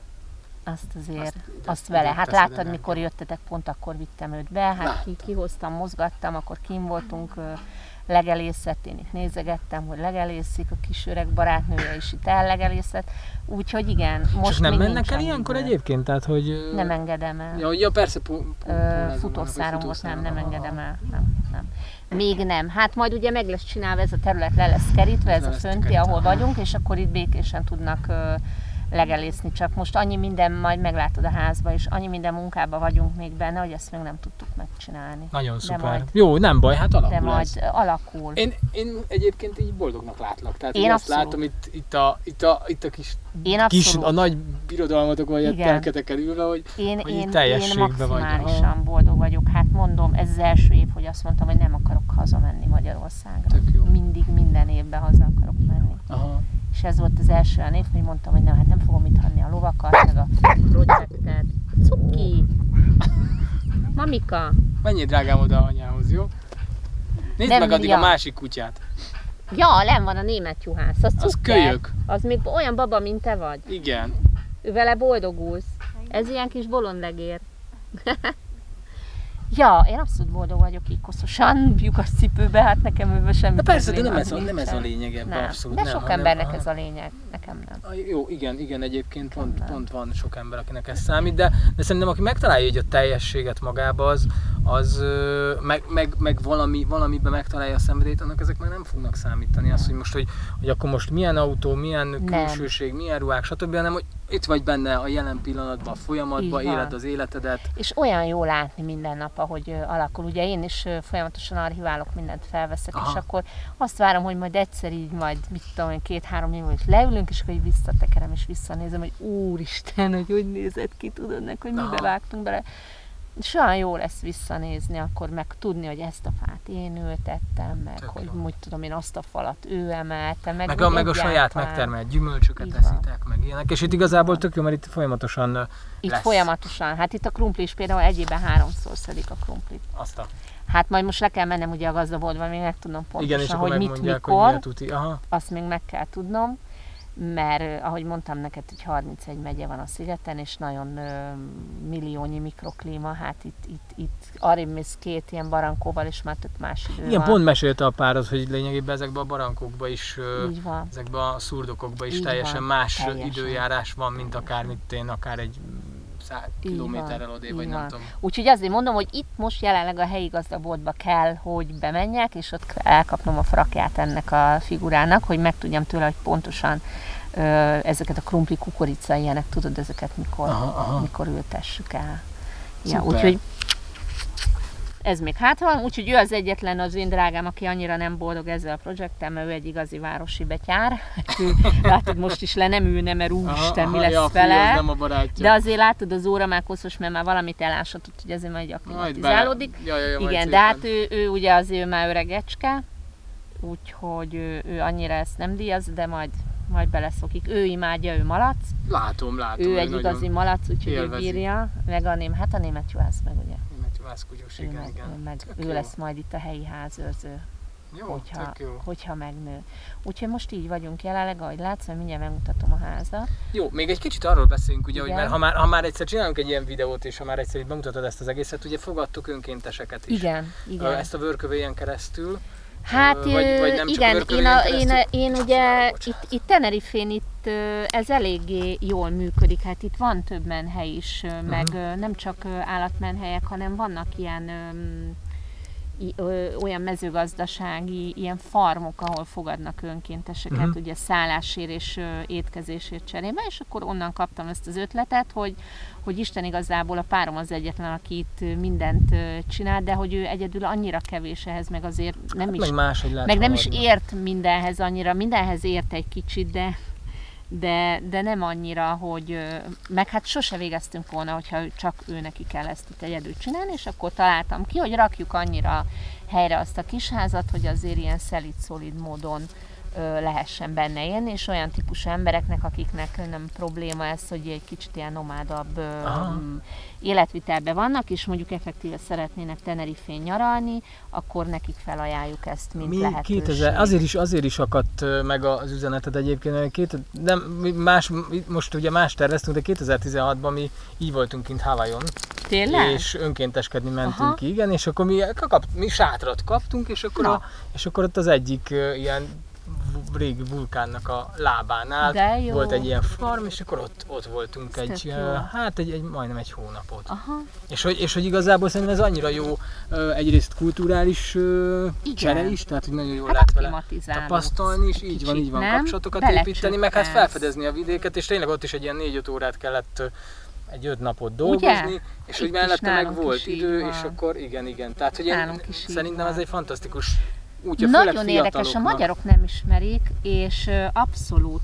azt vele. Hát láttad, mikor jöttetek, pont akkor vittem őt be, hát kihoztam, mozgattam, akkor kim voltunk, legelészett, én itt nézegettem, hogy legelészik, a kis öreg barátnője is itt ellegelészett, úgyhogy igen, most csak nem mennek el ilyenkor egyébként? Tehát, hogy... Nem engedem el. Ja, persze, futószáron volt, nem engedem el. Nem. Még nem. Hát majd ugye meg lesz csinálva, ez a terület le lesz kerítve, ez a fönti, ahol vagyunk, és akkor itt békésen tudnak legelészni, csak most annyi minden, majd meglátod a házba, és annyi minden munkában vagyunk még benne, hogy ezt még nem tudtuk megcsinálni. Nagyon szuper. Jó, nem baj, hát alakul. De majd alakul. Én egyébként így boldognak látlak. Tehát én azt látom itt a kis a nagy birodalmatok, vagy telketek elülve, hogy teljességben vagy. Én maximálisan boldog vagyok. Hát mondom, ez az első év, hogy azt mondtam, hogy nem akarok hazamenni Magyarországra. Mindig, minden évben haza akarok menni. Aha. És ez volt az első olyan év, hogy mondtam, hogy nem, hát nem fogom itt hagyni a lovakat, meg a projektet. Cuki! Mamika! Menjél drágám oda anyához, jó? Nézd meg addig a másik kutyát. Ja, len van a német juhász, az kölyök. Az még olyan baba, mint te vagy. Igen. Ő vele boldogulsz. Ez ilyen kis bolondegér. Ja, én abszolút boldog vagyok így koszosan, lyukas cipőbe, hát nekem őből semmi. De persze, de nem ez a lényeg ebben, abszolút nem. De sok embernek ez a lényeg, nekem nem. Jó, igen, egyébként pont van sok ember, akinek ez számít, de szerintem aki megtalálja így a teljességet magába, az meg valamiben megtalálja a szenvedélyt, annak ezek már nem fognak számítani. Az, hogy akkor most milyen autó, milyen külsőség, milyen ruhák, stb., hanem hogy itt vagy benne a jelen pillanatban, a folyamatban, éled az életedet. És olyan jó látni minden nap, ahogy alakul. Ugye én is folyamatosan archiválok, mindent felveszek, és akkor azt várom, hogy majd egyszer így, majd mit tudom én, 2-3 év múlva leülünk, és akkor így visszatekerem és visszanézem, hogy úristen, hogy nézett ki, tudod nek, hogy mibe vágtunk bele. És olyan jó lesz visszanézni, akkor meg tudni, hogy ezt a fát én ültettem, meg hogy úgy tudom én azt a falat ő emelte, meg a saját megtermelt gyümölcsöket eszitek, meg ilyenek. És itt igazából tök jó, mert itt folyamatosan itt lesz. Folyamatosan. Hát itt a krumpli is például egy évben 3-szor szedik a krumplit. Hát majd most le kell mennem ugye a gazdaboltba, még meg tudnom pontosan, hogy mit, mikor. Azt még meg kell tudnom. Mert ahogy mondtam neked, hogy 31 megye van a szigeten, és nagyon milliónyi mikroklíma, hát itt arrébb mész 2 ilyen barankóval, és már tök más idő van. Pont mesélte a párod, hogy lényegében ezekben a barankókban is, ezekben a szurdokokban is teljesen más időjárás van, mint akár egy 100 kilométerrel odébb, vagy nem tudom. Úgyhogy azért mondom, hogy itt most jelenleg a helyi gazdaboltba kell, hogy bemenjek, és ott elkapnom a frakját ennek a figurának, hogy megtudjam tőle, hogy pontosan ezeket a krumpli, kukorica, ilyenek, tudod, ezeket mikor ültessük el. Ja, úgyhogy ez még hát van, úgyhogy ő az egyetlen az én drágám, aki annyira nem boldog ezzel a projekttel, mert ő egy igazi városi betyár. Látod, most is le nem ülne, mert úristen, mi lesz vele. De azért látod, az óra már koszos, mert már valamit elásatott, hogy ezért majd akklimatizálódik. Igen, de hát ő ugye azért már öregecske, úgyhogy ő annyira ezt nem díjaz, de majd beleszokik. Ő imádja, ő malac. Látom. Ő egy igazi malac, úgyhogy ő bírja. Meg a német juhász meg, ugye? Vászkutyus, igen. Ő lesz majd itt a helyi házőrző, hogyha megnő. Úgyhogy most így vagyunk jelenleg, ahogy látsz, mert mindjárt megmutatom a házat. Jó, még egy kicsit arról beszélünk, ugye, hogy mert ha már egyszer csinálunk egy ilyen videót, és ha már egyszer itt bemutatod ezt az egészet, ugye fogadtuk önkénteseket is. Igen. Ezt a Vörkövéjen keresztül. Hát vagy nem igen, én ugye itt Tenerifén ez eléggé jól működik, hát itt van több menhely is, meg nem csak állatmenhelyek, hanem vannak ilyen olyan mezőgazdasági ilyen farmok, ahol fogadnak önkénteseket, ugye szállásért és étkezésért cserébe, és akkor onnan kaptam ezt az ötletet, hogy Isten igazából a párom az egyetlen, aki itt mindent csinál, de hogy ő egyedül annyira kevés ehhez, meg azért nem is, meg nem is ért mindenhez annyira, mindenhez ért egy kicsit, de nem annyira, hogy meg hát sose végeztünk volna, hogyha csak ő neki kell ezt itt egyedül csinálni, és akkor találtam ki, hogy rakjuk annyira helyre azt a kisházat, hogy azért ilyen szelíd-szolid módon lehessen benne élni, és olyan típusú embereknek, akiknek nem probléma ez, hogy egy kicsit ilyen nomádabb életvitelben vannak, és mondjuk effektíve szeretnének Tenerifén nyaralni, akkor nekik felajánljuk ezt, mint lehetőség. Azért is akadt meg az üzeneted egyébként, most ugye más terveztünk, de 2016-ban mi így voltunk kint Hawaiion. Tényleg? És önkénteskedni mentünk ki, igen, és akkor mi sátrat kaptunk, és akkor ott az egyik ilyen régi vulkánnak a lábánál volt egy ilyen farm, és akkor ott voltunk majdnem egy hónapot. És hogy igazából szerintem ez annyira jó, egyrészt kulturális csere is, tehát hogy nagyon jól lehet vele tapasztalni, és így van kapcsolatokat építeni, meg hát felfedezni a vidéket, és tényleg ott is egy ilyen 4-5 órát kellett egy 5 napot dolgozni, ugye? És hogy mellette meg volt idő, és akkor igen. Tehát, hogy szerintem ez egy fantasztikus útja, nagyon érdekes, a magyarok nem ismerik, és abszolút,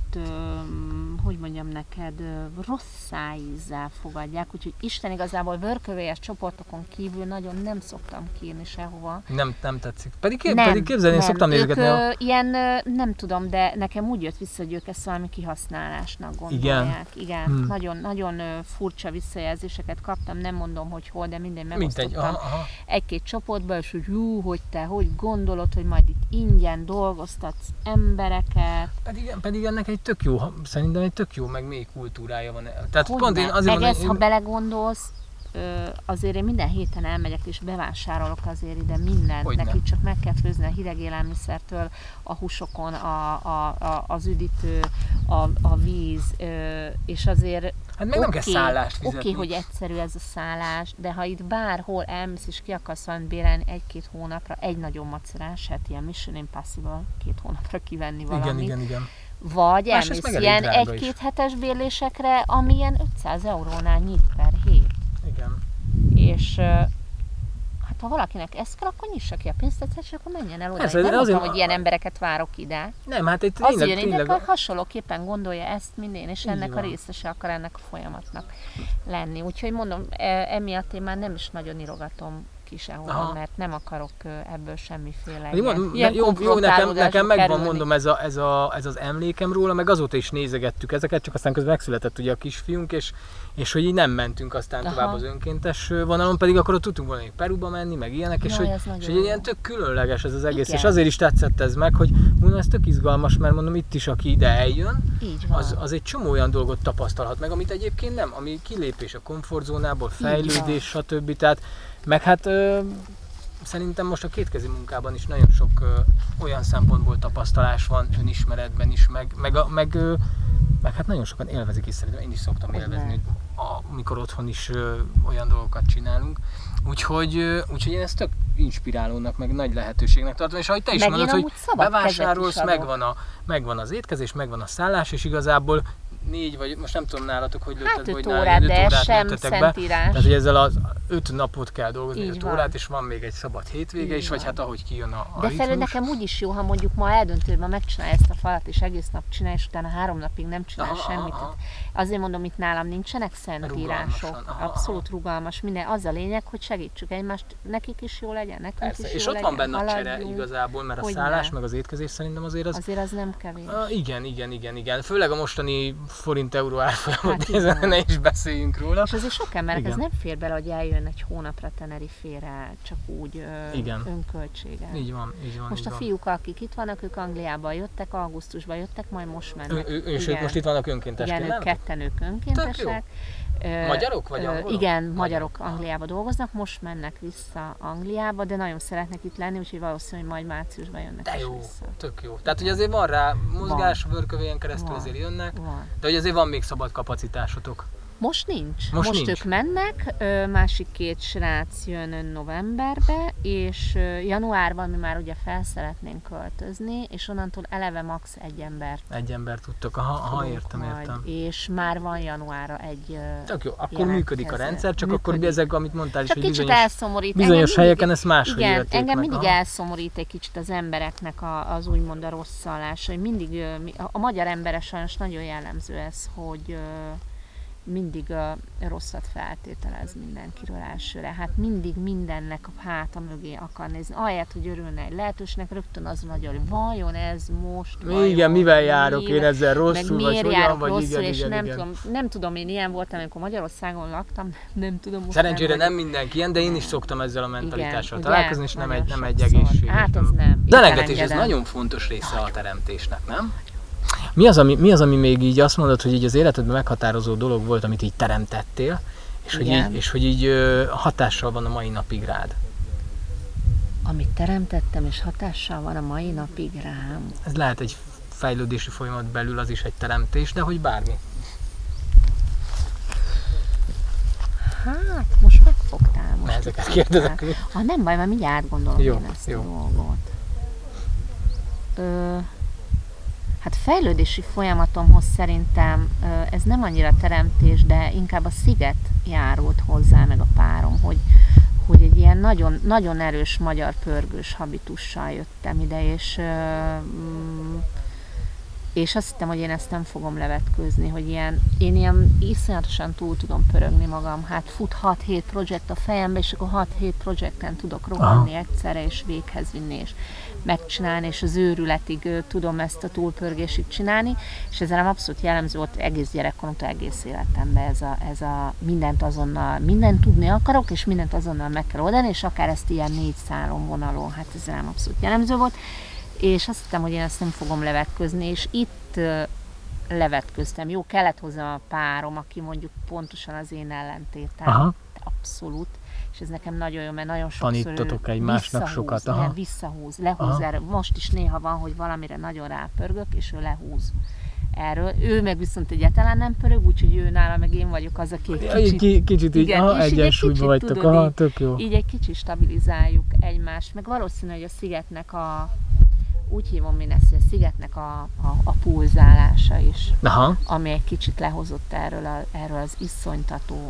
hogy mondjam neked, rossz ízzel fogadják, úgyhogy Isten igazából vörkövélyes csoportokon kívül nagyon nem szoktam kírni sehova. Nem tetszik. Pedig képzelni, én szoktam nézegetni. Ilyen, nem tudom, de nekem úgy jött vissza, hogy ők ezt valami kihasználásnak gondolják. Igen. Nagyon furcsa visszajelzéseket kaptam, nem mondom, hogy hol, de minden megosztottam egy-két csoportba, és hogy te hogy gondolod, hogy majd itt ingyen dolgoztatsz embereket. Pedig ennek szerintem egy tök jó, meg mély kultúrája van. Tehát pont én azért meg mondom, ha belegondolsz, azért én minden héten elmegyek és bevásárolok azért ide mindent. Neki csak meg kell főzni a hideg élelmiszertől, a húsokon, az üdítő, a víz, és azért hát meg nem kell szállást fizetni. Oké, hogy egyszerű ez a szállás, de ha itt bárhol elmész és ki akarsz valamit bérelni 1-2 hónapra, egy nagyon macerás, hát ilyen Mission Impossible 2 hónapra kivenni valamit. Igen. Vagy elmész ilyen 1-2 hetes bérlésekre, ami ilyen 500 eurónál nyit per hét. Igen. És hát ha valakinek ez kell, akkor nyissa ki a pénztárcát, és akkor menjen el oda. Nem mondtam, hogy ilyen embereket várok ide. Nem, hát itt tényleg hasonlóképpen gondolja ezt minden, és ennek a részese akar ennek a folyamatnak lenni. Úgyhogy mondom, emiatt én már nem is nagyon írogatom ki sehova, mert nem akarok ebből semmiféle jó, nekem megvan, mondom, ez az emlékem róla, meg azóta is nézegettük ezeket, csak aztán közben megszületett ugye a kisfiunk, és hogy így nem mentünk aztán tovább az önkéntes vonalon, pedig akkor ott tudtunk volna még Peruba menni, meg ilyenek, és hogy ilyen tök különleges ez az egész, és azért is tetszett ez meg, hogy mondom, ez tök izgalmas, mert mondom, itt is, aki ide eljön, az egy csomó olyan dolgot tapasztalhat meg, amit egyébként nem, ami kilépés a komfortzónából, fejlődés, stb. Tehát meg hát szerintem most a kétkezi munkában is nagyon sok olyan szempontból tapasztalás van önismeretben is, meg Meg hát nagyon sokan élvezik is, szerintem én is szoktam Hogy élvezni, ne. hogy amikor otthon is olyan dolgokat csinálunk. Úgyhogy én ezt tök inspirálónak, meg nagy lehetőségnek tartom, és ahogy te is Meg mondod, én hogy amúgy szabad bevásárolsz, kezet is adok. megvan az étkezés, megvan a szállás, és igazából 4 vagy, most nem tudom nálatok, hogy lőtted, Hát vagy 5 nálad órát, 5 de ez órát sem lőttetek be. szentírás. Tehát, hogy ezzel az 5 napot kell dolgozni, Így 5 van. órát, és van még egy szabad hétvége Így is, vagy van. hát ahogy kijön a De ritmus. felül nekem úgy is jó, ha mondjuk ma eldöntő, hogy ma megcsinálja ezt a falat, és egész nap csinál, és utána 3 napig nem csinál Aha, semmit. aha. Azért mondom, itt nálam nincsenek szentírások. Rugalmasan, aha, Abszolút rugalmas minden. Az a lényeg, hogy segítsük egymást, nekik is jó legyen, nekünk Persze, is és jó ott legyen, van benne a csere haladjunk. igazából, mert a Hogyne. szállás, meg az étkezés szerintem azért az... Azért az nem kevés. Igen. Főleg a mostani forint-euró árfolyamot Hát nézve, igen. ne is beszéljünk róla. És azért sok emberek ez Igen. nem fér bele, hogy eljön egy hónapra Tenerifére, csak úgy Igen. önköltséggel. Így van. Most így a van. fiúk, akik itt vannak, ők Angliába jöttek, augusztusban jöttek, majd most mennek. És ők most itt vannak önkéntesként, Igen, ők nem? ketten ők Tök jó. önkéntesek. Magyarok vagy angolok? Igen, magyarok Magyarok. Angliába dolgoznak, most mennek vissza Angliába, de nagyon szeretnek itt lenni, úgyhogy valószínű, hogy majd márciusban jönnek De is jó, vissza. tök jó. Tehát, hogy azért van rá mozgás, Vörkövén keresztül Van. azért jönnek, Van. de hogy azért van még szabad kapacitásotok. Most nincs. Most Most nincs. ők mennek, másik 2 srác jön novemberbe, és januárban mi már ugye fel szeretnénk költözni, és onnantól eleve max. egy embert Egy ember tudtok, aha, tudunk értem. majd, és már van januárra egy Tök jó, akkor jelentkező. működik a rendszer, csak akkor Működik. ezek, amit mondtál is, Csak hogy kicsit bizonyos, elszomorít. bizonyos Engem helyeken mindig- ezt máshogy igen, élték engem meg. mindig Aha. elszomorít egy kicsit az embereknek az úgymond a rossz szallása, hogy mindig a magyar emberre sajnos nagyon jellemző ez, hogy mindig rosszat feltételez mindenkiről elsőre. Hát mindig mindennek a háta mögé akar nézni. Ahelyett, hogy örülne egy lehetőségnek, rögtön azon nagyon, hogy vajon ez most, Igen, mivel járok én ezzel meg rosszul, vagy miért hogyan, járok vagy rosszul, igen, és igen, nem, igen. nem tudom, én ilyen voltam, amikor Magyarországon laktam, nem tudom most. Szerencsére vagyok. nem mindenki ilyen, de én is szoktam ezzel a mentalitással Igen, találkozni, ugye? és nem Nagyon egy sokszor. egészséges Hát ez dolog. nem. De lengetés, ez Elengedem. nagyon fontos része a teremtésnek, nem? Mi az, ami még így azt mondod, hogy így az életedben meghatározó dolog volt, amit így teremtettél, és hogy így hatással van a mai napig rád? Amit teremtettem, és hatással van a mai napig rám. Ez lehet egy fejlődési folyamat belül, az is egy teremtés, de hogy bármi. Hát, most megfogtál. Most Ezeket itt kérdezek. fogtál. Nem baj, mert mindjárt átgondolom Jó, én ezt jó. a dolgot. Hát fejlődési folyamatomhoz szerintem ez nem annyira teremtés, de inkább a sziget járult hozzá, meg a párom, hogy egy ilyen nagyon, nagyon erős magyar pörgős habitussal jöttem ide, és azt hittem, hogy én ezt nem fogom levetkőzni, hogy én ilyen iszonyatosan túl tudom pörögni magam. Hát fut 6-7 projekt a fejembe, és akkor 6-7 projekten tudok rohanni egyszerre, és véghez vinni, és megcsinálni, és az őrületig tudom ezt a túlpörgésig csinálni, és ez nem abszolút jellemző volt egész gyerekkor óta, egész életemben ez a mindent azonnal, mindent tudni akarok, és mindent azonnal meg kell oldani, és akár ezt ilyen 4 szálon vonalon, hát ez nem abszolút jellemző volt. És azt hittem, hogy én ezt nem fogom levetközni, és itt levetköztem. Jó, kellett hozzá a párom, aki mondjuk pontosan az én ellentétem. Aha. Abszolút. És ez nekem nagyon jó, mert nagyon sokszor Tanítotok egymásnak sokat. Igen, visszahúz, lehúz erről. Most is néha van, hogy valamire nagyon rápörgök, és ő lehúz erről. Ő meg viszont egyáltalán nem pörög, úgyhogy ő nála meg én vagyok az, aki egy Kicsit így, igen, és így egy egyensúlyban kicsit, vagytok, tudod, aha, tök jó. így egy kicsit stabilizáljuk egymást, meg valószínű, hogy a szigetnek úgy hívom én ezt, hogy a szigetnek a pulzálása is, Aha. ami egy kicsit lehozott erről az iszonytató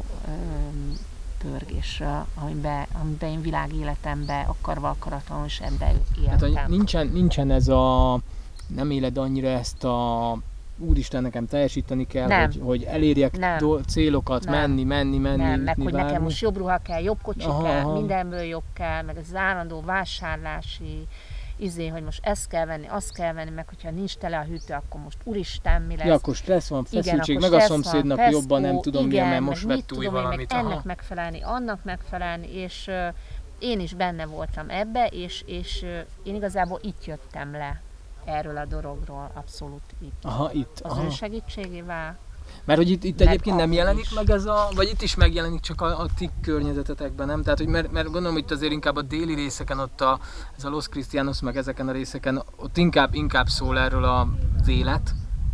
pörgésről, amiben én világéletemben akarva akaratlanul is ebbe éltem. Hát, nincsen ez a, nem éled annyira ezt a úristen, nekem teljesíteni kell, hogy elérjek célokat, menni, nem, meg hogy várni. nekem most jobb ruha kell, jobb kocsi Aha, kell, aha. mindenből jobb kell, meg ez az állandó vásárlási hogy most ezt kell venni, azt kell venni, meg hogyha nincs tele a hűtő, akkor most úristen, mi lesz. Ja, akkor stressz van, feszültség, igen, meg a szomszédnak jobban nem tudom milyen, mert most vett új valamit. Meg ennek megfelelni, annak megfelelni, és én is benne voltam ebbe, és én igazából itt jöttem le erről a dologról, abszolút itt. Aha, itt. Az ő segítségével. Mert hogy itt egyébként nem jelenik meg ez vagy itt is megjelenik csak a ti környezetetekben, nem? Tehát, hogy mert gondolom, hogy itt azért inkább a déli részeken, ott ez a Los Cristianos, meg ezeken a részeken, ott inkább szól erről az élet,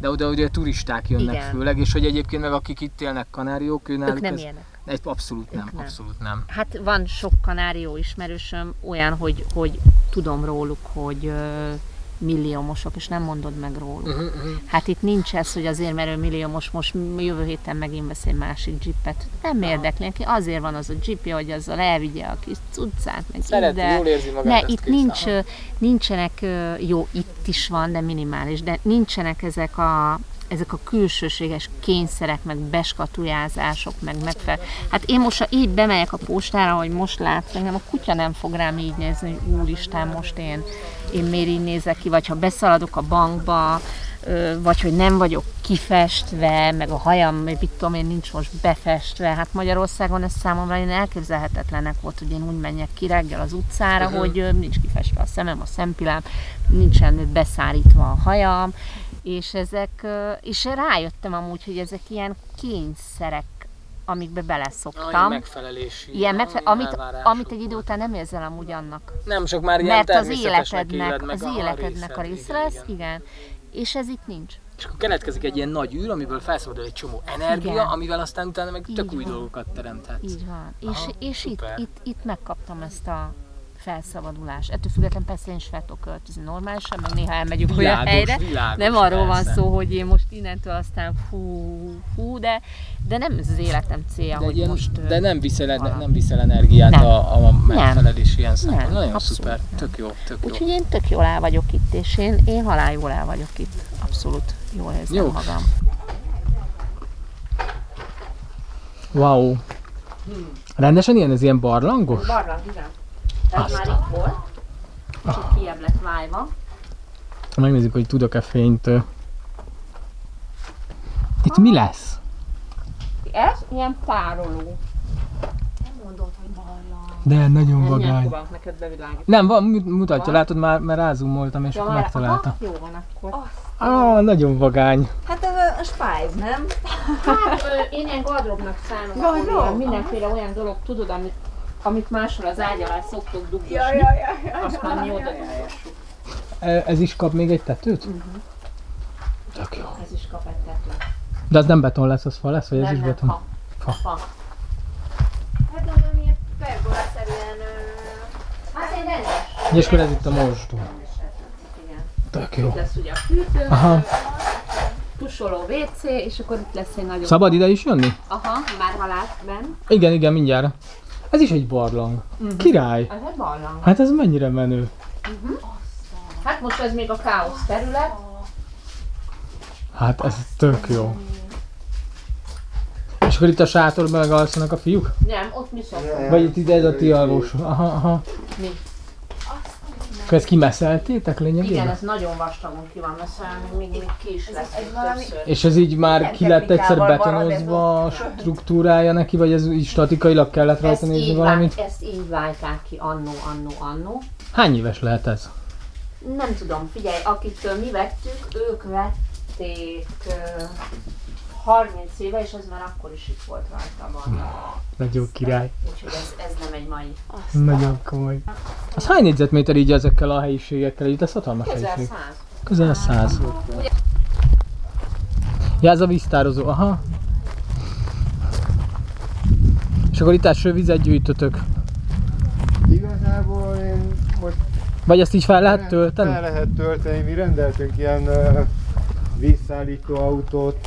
De oda ugye turisták jönnek Igen. főleg, és hogy egyébként meg akik itt élnek kanáriók, Ők nem ilyenek. Abszolút nem, Ők nem. abszolút nem. Hát van sok kanárió ismerősöm olyan, hogy tudom róluk, hogy milliómosok, és nem mondod meg róluk. Hát itt nincs ez, hogy azért, mert ő milliómos, most jövő héten megint vesz egy másik jeepet. Nem érdekli neki, azért van az a jeepje, hogy azzal elvigye a kis cuccát, meg Szereti, ide. jól érzi magát. Ne, ezt itt kész. nincsenek, jó, itt is van, de minimális, de nincsenek ezek a külsőséges kényszerek, meg beskatujázások, meg Hát én most, ha így bemegyek a postára, hogy most látsz, engem a kutya nem fog rám így nézni, hogy úristen, most én miért így nézek ki, vagy ha beszaladok a bankba, vagy hogy nem vagyok kifestve, meg a hajam, mit tudom én, nincs most befestve. Hát Magyarországon ez számomra én elképzelhetetlenek volt, hogy én úgy menjek ki reggel az utcára, hogy nincs kifestve a szemem, a szempillám, nincsen beszárítva a hajam, és rájöttem amúgy, hogy ezek ilyen kényszerek, amikbe beleszoktam. Megfelelési. Amit egy idő után nem érzel amúgy annak. Nem, csak már ilyen Mert az természetesnek éled meg életednek a része lesz, igen. igen. És ez itt nincs. És akkor keletkezik egy ilyen nagy űr, amiből felszabadul egy csomó energia, Igen. amivel aztán utána meg tök Így új van. dolgokat teremthetsz. Így van. Aha, És szuper. itt megkaptam ezt a felszabadulást. Ettől függetlenül persze én is fel tudok költözni normálisan, meg néha elmegyünk olyan helyre. Világos, Nem arról van persze. szó, hogy én most innentől aztán fú, de nem ez az életem célja, De, hogy ilyen, most... de nem viszel, valami. nem viszel energiát Nem. a megfelelés ilyen szempontból. Nem, Nagyon abszolút szuper, nem. tök jó, tök jó. Úgyhogy én tök jól el vagyok itt, és én halál jól el vagyok itt. Abszolút jól érzem Jó. magam. Wow. Rendesen ilyen, ez ilyen barlangos? Barlang, igen. Ez már itt volt. Kicsit kiebb lett vájva. Megnézzük, hogy tudok-e fényt. Itt mi lesz? Ez ilyen pároló. Nem mondod, hogy barlang. De nagyon Milyen vagány. próbálok neked bevilágítani. Nem, van, mutatja, Van? látod, már rázumoltam, és akkor megtalálta. Jó van akkor. Nagyon vagány. Hát ez a Spice, nem? Hát én ilyen gardróbnak szánom, Gardrób? ahol ilyen mindenféle olyan dolog, tudod, amit máshol az ágy alá szoktok dugdosni. Azt már mi oda dugdossuk. Ez is kap még egy tetőt? Tök jó. Ez is kap egy tetőt. De az nem beton lesz, az fa lesz, vagy ez Nem, is nem, beton? fa. Hát olyan ilyen pergolaszerűen... Hát egy rendes. És akkor ez itt a mosdó. Igen. Tök jó. Itt lesz ugye a fűtő, Aha. tusoló WC, és akkor itt lesz egy nagyobb... Szabad ide is jönni? Aha, már ha látsz benn. Igen, mindjárt. Ez is egy barlang. Király. Ez egy barlang. Hát ez mennyire menő. Hát most ez még a káosz terület. Hát ez tök jó. És akkor itt a sátorban megalszanak a fiúk? Nem, ott mi szoktunk. Vagy itt ide ez a ti alvós? Aha. Mi? Akkor ezt kimeszeltétek Igen, lényegében? ez nagyon vastagon ki van meszelni, még ki is lesz ez valami- többször. És ez így már Milyen ki lett egyszer technikával betonozva a struktúrája neki, vagy ez így statikailag kellett rajta nézni valamit? Ezt így válták ki annó. Hány éves lehet ez? Nem tudom, figyelj, akiktől mi vettük, ők vették 30 éve, és ez már akkor is itt volt rajta van. Nagyon király. Úgyhogy ez nem egy mai. Nagyon komoly. Az hány négyzetméter így ezekkel a helyiségekkel együtt? Ez hatalmas Közel helyiség. 100. Közel 100. Ja, ez a víztározó, aha. És akkor itt esővizet gyűjtötök. Igazából én most Vagy ezt így fel lehet tölteni? Fel lehet tölteni, mi rendeltünk ilyen vízszállító autót.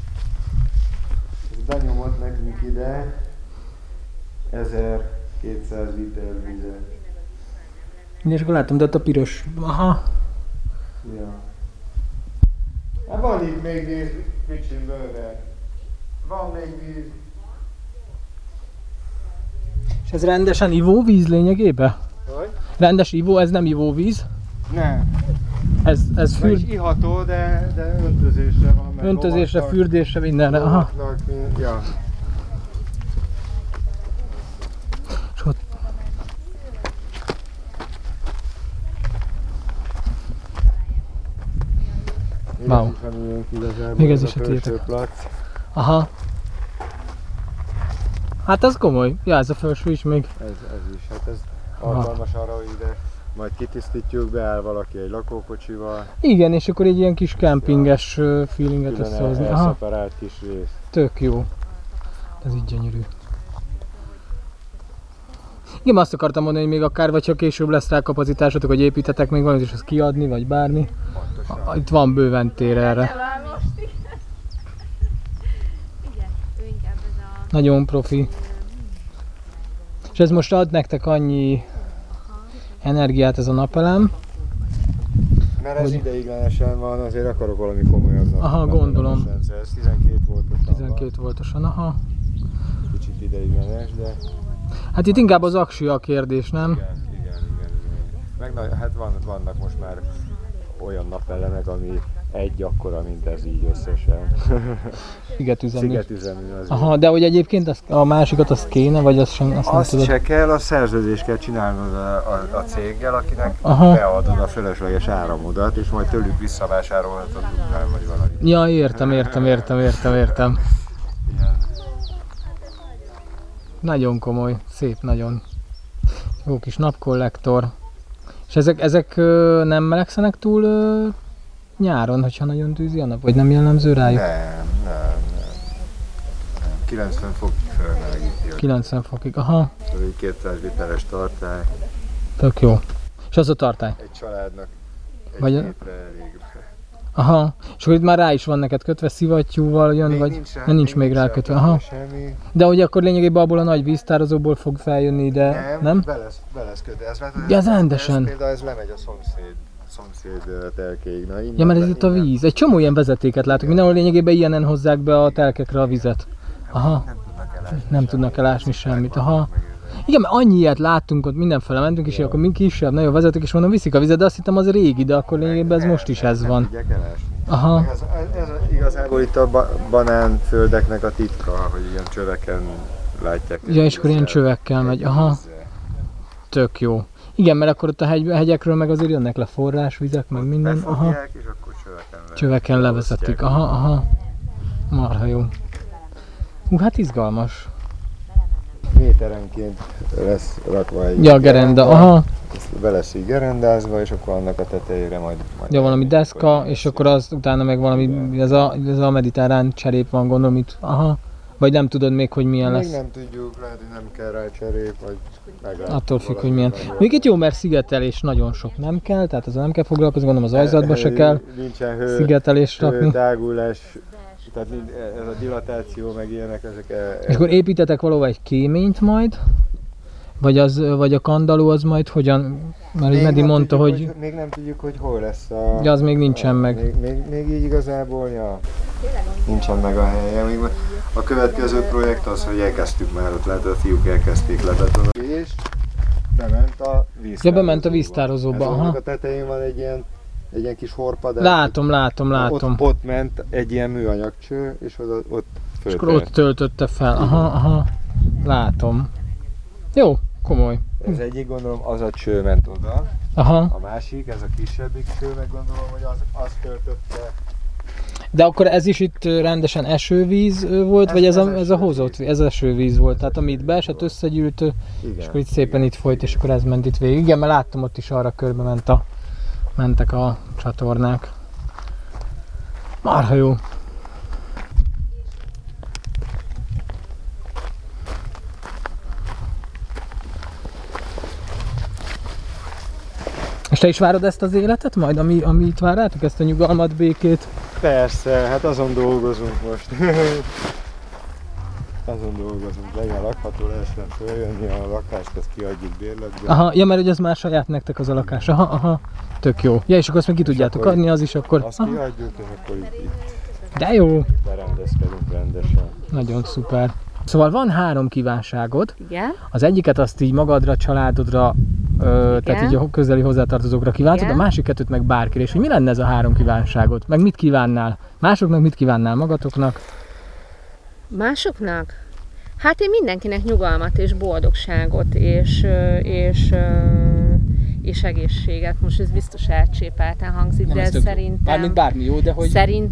Ez benyomott nekünk ide 1200 liter vizet. És akkor látom, de ott a piros. Aha. Ja. Hát van itt még víz, kicsim bőven. Van még víz. És ez rendesen ivóvíz lényegében? Hogy? Rendes ivó, ez nem ivóvíz. Nem. Ez Vagyis iható, de öntözésre van. meg öntözésre, lovaknak, fürdésre, mindenre. Aha. lovaknak, ja. És ott Wow. Még ez is van ilyen igazából, Még ez a is a tiétek. felsőplac. Aha. Hát ez komoly. Ja, ez a felső is még. Ez is, hát ez alkalmas arra, hogy ide majd kitisztítjuk, beáll valaki egy lakókocsival. Igen, és akkor egy ilyen kis kempinges feelinget Külön összehozni. elszeparált kis rész. Tök jó. Ez így gyönyörű. Igen, azt akartam mondani, hogy még akár vagy ha később lesz rá kapacitásotok, hogy építetek még valamit, és azt kiadni, vagy bármi. Itt van bőven tér erre. Nagyon profi. És ez most ad nektek annyi energiát ez a napelem. Mert ez ideiglenesen van, azért akarok valami komolyabbnak. Aha, gondolom. Ez 12 voltosan 12 voltosan, aha. Kicsit ideiglenes, de... Hát itt inkább az aksi a kérdés, nem? Igen. Meg hát vannak most már olyan napelemek, ami egy akkora, mint ez így összesen. Szigetüzemű. Szigetüzemű az. Aha, de hogy egyébként a másikat azt kéne, vagy azt sem azt nem tudod? Se kell, a szerződést kell csinálnod a céggel, akinek beadod a fölösleges áramodat, és majd tőlük visszavásárolhatod után, vagy valami. Ja, értem. Igen. Nagyon komoly, szép nagyon. Jó kis napkollektor. És ezek nem melegszenek túl nyáron, hogyha nagyon tűzi a nap, vagy nem jellemző rájuk? Nem. 90 fokig felmelegíti. 90 fokig, aha. Ez egy 200 literes tartály. Tök jó. És az a tartály? Egy családnak egy Vagy hétre elég. Aha. És akkor itt már rá is van neked kötve szivattyúval, jön, vagy nincs még rá kötve. Aha. Semmi. De hogy akkor lényegében abból a nagy víztározóból fog feljönni ide, nem? Be lesz kötve. Ja, ez rendesen. Például ez lemegy a szomszéd telkéig. Ja, mert ez itt a víz. Egy csomó ilyen vezetéket látok, mindenhol lényegében ilyenen hozzák be a telkekre a vizet. Aha. Nem tudnak elásni semmit. Aha. Igen, mert annyi ilyet láttunk, ott mindenfele mentünk, és akkor mi kisebb, nagyobb vezetők, és mondom, viszik a vizet, de azt hittem az régi, de akkor lényegében ez most is ez van. Aha. Ez igazából itt a banánföldeknek a titka, hogy ilyen csöveken látják. Ja, és akkor ilyen csövekkel megy. Aha. Tök jó. Igen, mert akkor ott a hegyekről meg azért jönnek le forrásvizek, meg minden. Aha. És akkor csöveken levezetik. Aha. Marha jó. Hát izgalmas. Méterenként lesz rakva egy... Ja, gerenda, aha. Be lesz így gerendázva, és akkor annak a tetejére majd ja, valami deszka, és akkor az utána meg valami, ez a mediterrán cserép van, gondolom itt. Aha. Vagy nem tudod még, hogy milyen lesz. Még nem tudjuk, lehet, hogy nem kell rá cserép, vagy meglátjuk. Attól függ, hogy milyen. Még itt jó, mert szigetelés nagyon sok nem kell, tehát ezzel nem kell foglalkozni, gondolom az ajzatba se kell szigetelést rakni. Tágulás, tehát ez a dilatáció, meg ilyenek, ezek... És akkor építetek valahova egy kéményt majd? Vagy a kandalló az majd hogyan? Mert Medi mondta, hogy... Még nem tudjuk, hogy hol lesz a... Ja, az még nincsen meg. Még így igazából, ja. Nincsen meg a helye. Még a következő projekt az, hogy elkezdtük már, ott lehet, a fiúk elkezdték lebetonozni, és bement a víztározóba. Ja, bement a víztározóba, aha. A tetején van egy ilyen kis horpad. Látom. Ott ment egy ilyen műanyagcső, és ott föltelt. És akkor ott töltötte fel, aha. Látom. Jó, komoly. Ez egyik, gondolom, az a cső ment oda. Aha. A másik, ez a kisebbik cső, meg gondolom, hogy az töltötte. De akkor ez is itt rendesen esővíz volt, vagy ez a hozott víz? Ez esővíz volt, tehát ami itt beesett, összegyűlt, és akkor itt szépen itt folyt, és akkor ez ment itt végig. Igen, mert láttam, ott is arra körbe mentek a csatornák. Marha jó. És te is várod ezt az életet majd, ami itt vár rátok, ezt a nyugalmat, békét? Persze, hát azon dolgozunk most. Legyen lakható lehessen följönni, a lakást ezt kiadjuk bérletbe. Aha, ja, mert hogy az már saját nektek az a lakás. Aha. Tök jó. Ja, és akkor azt meg ki tudjátok adni, az is akkor... Azt kiadjuk, és akkor itt de jó! berendezkedünk rendesen. Nagyon szuper. Szóval van 3 kívánságod. Igen. Az egyiket azt így magadra, családodra, tehát így a közeli hozzátartozókra kívántod, a másik 2-t meg bárkire. És hogy mi lenne ez a 3 kívánságod? Meg mit kívánnál? Másoknak mit kívánnál magatoknak? Másoknak? Hát én mindenkinek nyugalmat és boldogságot, és és egészséget. Most ez biztos elcsépelten hangzik, Nem, de ez tök jó. szerintem... Bármint bármi jó, de hogy...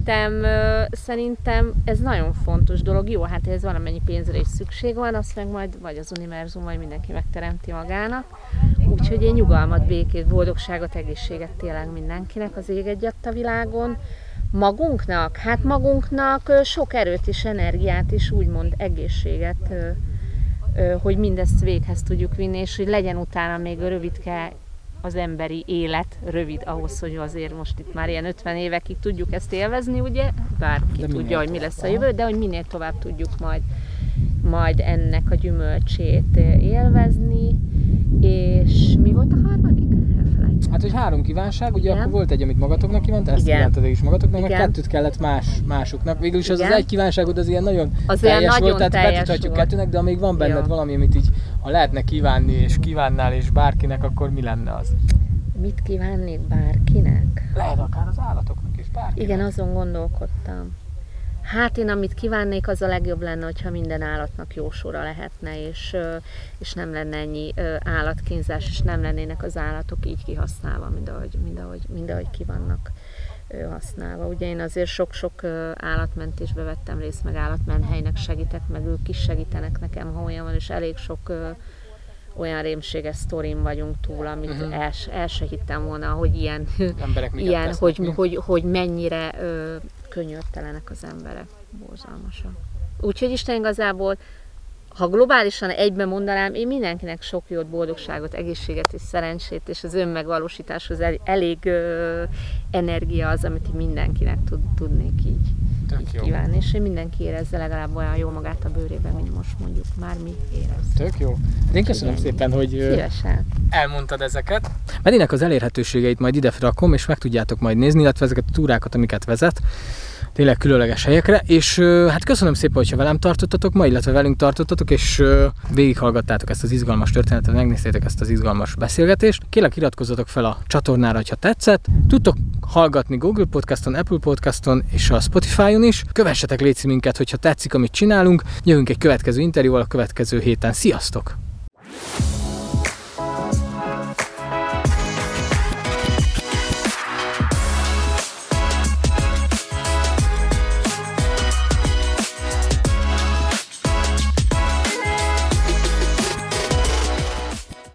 Szerintem ez nagyon fontos dolog. Jó, hát ez valamennyi pénzre is szükség van, azt meg majd vagy az univerzum, vagy mindenki megteremti magának. Úgyhogy én nyugalmat, békét, boldogságot, egészséget tényleg mindenkinek az ég egyatt a világon. Magunknak? Hát magunknak sok erőt és energiát és úgymond egészséget, hogy mindezt véghez tudjuk vinni, és hogy legyen utána még rövidke az emberi élet, rövid ahhoz, hogy azért most itt már ilyen 50 évekig tudjuk ezt élvezni, ugye? Bárki tudja, hogy mi lesz a jövő, de hogy minél tovább tudjuk majd ennek a gyümölcsét élvezni. És mi volt a harmadik? Hát, hogy 3 kívánság, ugye igen. Akkor volt egy, amit magatoknak kívánt, ezt kívántad is magatoknak, meg 2 kellett másoknak. Végül is az egy kívánságod az ilyen nagyon az teljes nagyon volt, tehát teljes betudhatjuk volt. 2-nek, de amíg van benned valami, amit így, ha lehetne kívánni, és kívánnál, és bárkinek, akkor mi lenne az? Mit kívánnék bárkinek? Lehet akár az állatoknak is, bárkinek. Igen, azon gondolkodtam. Hát én amit kívánnék, az a legjobb lenne, hogyha minden állatnak jó sora lehetne, és nem lenne ennyi állatkínzás, és nem lennének az állatok így kihasználva, mint ahogy ki vannak használva. Ugye én azért sok-sok állatmentésbe vettem részt, meg állatmenhelynek segítek, meg ők is segítenek nekem, ha olyan van, és elég sok olyan rémséges sztorin vagyunk túl, amit el se hittem volna, hogy ilyen hogy mennyire könyörtelenek az emberek, borzalmasak. Úgyhogy Isten igazából, ha globálisan egyben mondanám, én mindenkinek sok jót, boldogságot, egészséget és szerencsét, és az önmegvalósításhoz elég energia az, amit mindenkinek tudnék így kívánni, és hogy mindenki érezze legalább olyan jól magát a bőrében, mint most mondjuk már mi érezzük. Tök jó. Én köszönöm szépen, hogy szívesen elmondtad ezeket. Medinek az elérhetőségeit majd ide rakom, és meg tudjátok majd nézni, illetve ezeket a túrákat, amiket vezet. Tényleg különleges helyekre, és hát köszönöm szépen, hogyha velem tartottatok ma, illetve velünk tartottatok, és végighallgattátok ezt az izgalmas történetet, megnéztétek ezt az izgalmas beszélgetést. Kérlek, iratkozzatok fel a csatornára, ha tetszett. Tudtok hallgatni Google Podcaston, Apple Podcaston és a Spotify-on is. Kövessetek légy minket, hogyha tetszik, amit csinálunk. Jövünk egy következő interjúval a következő héten. Sziasztok!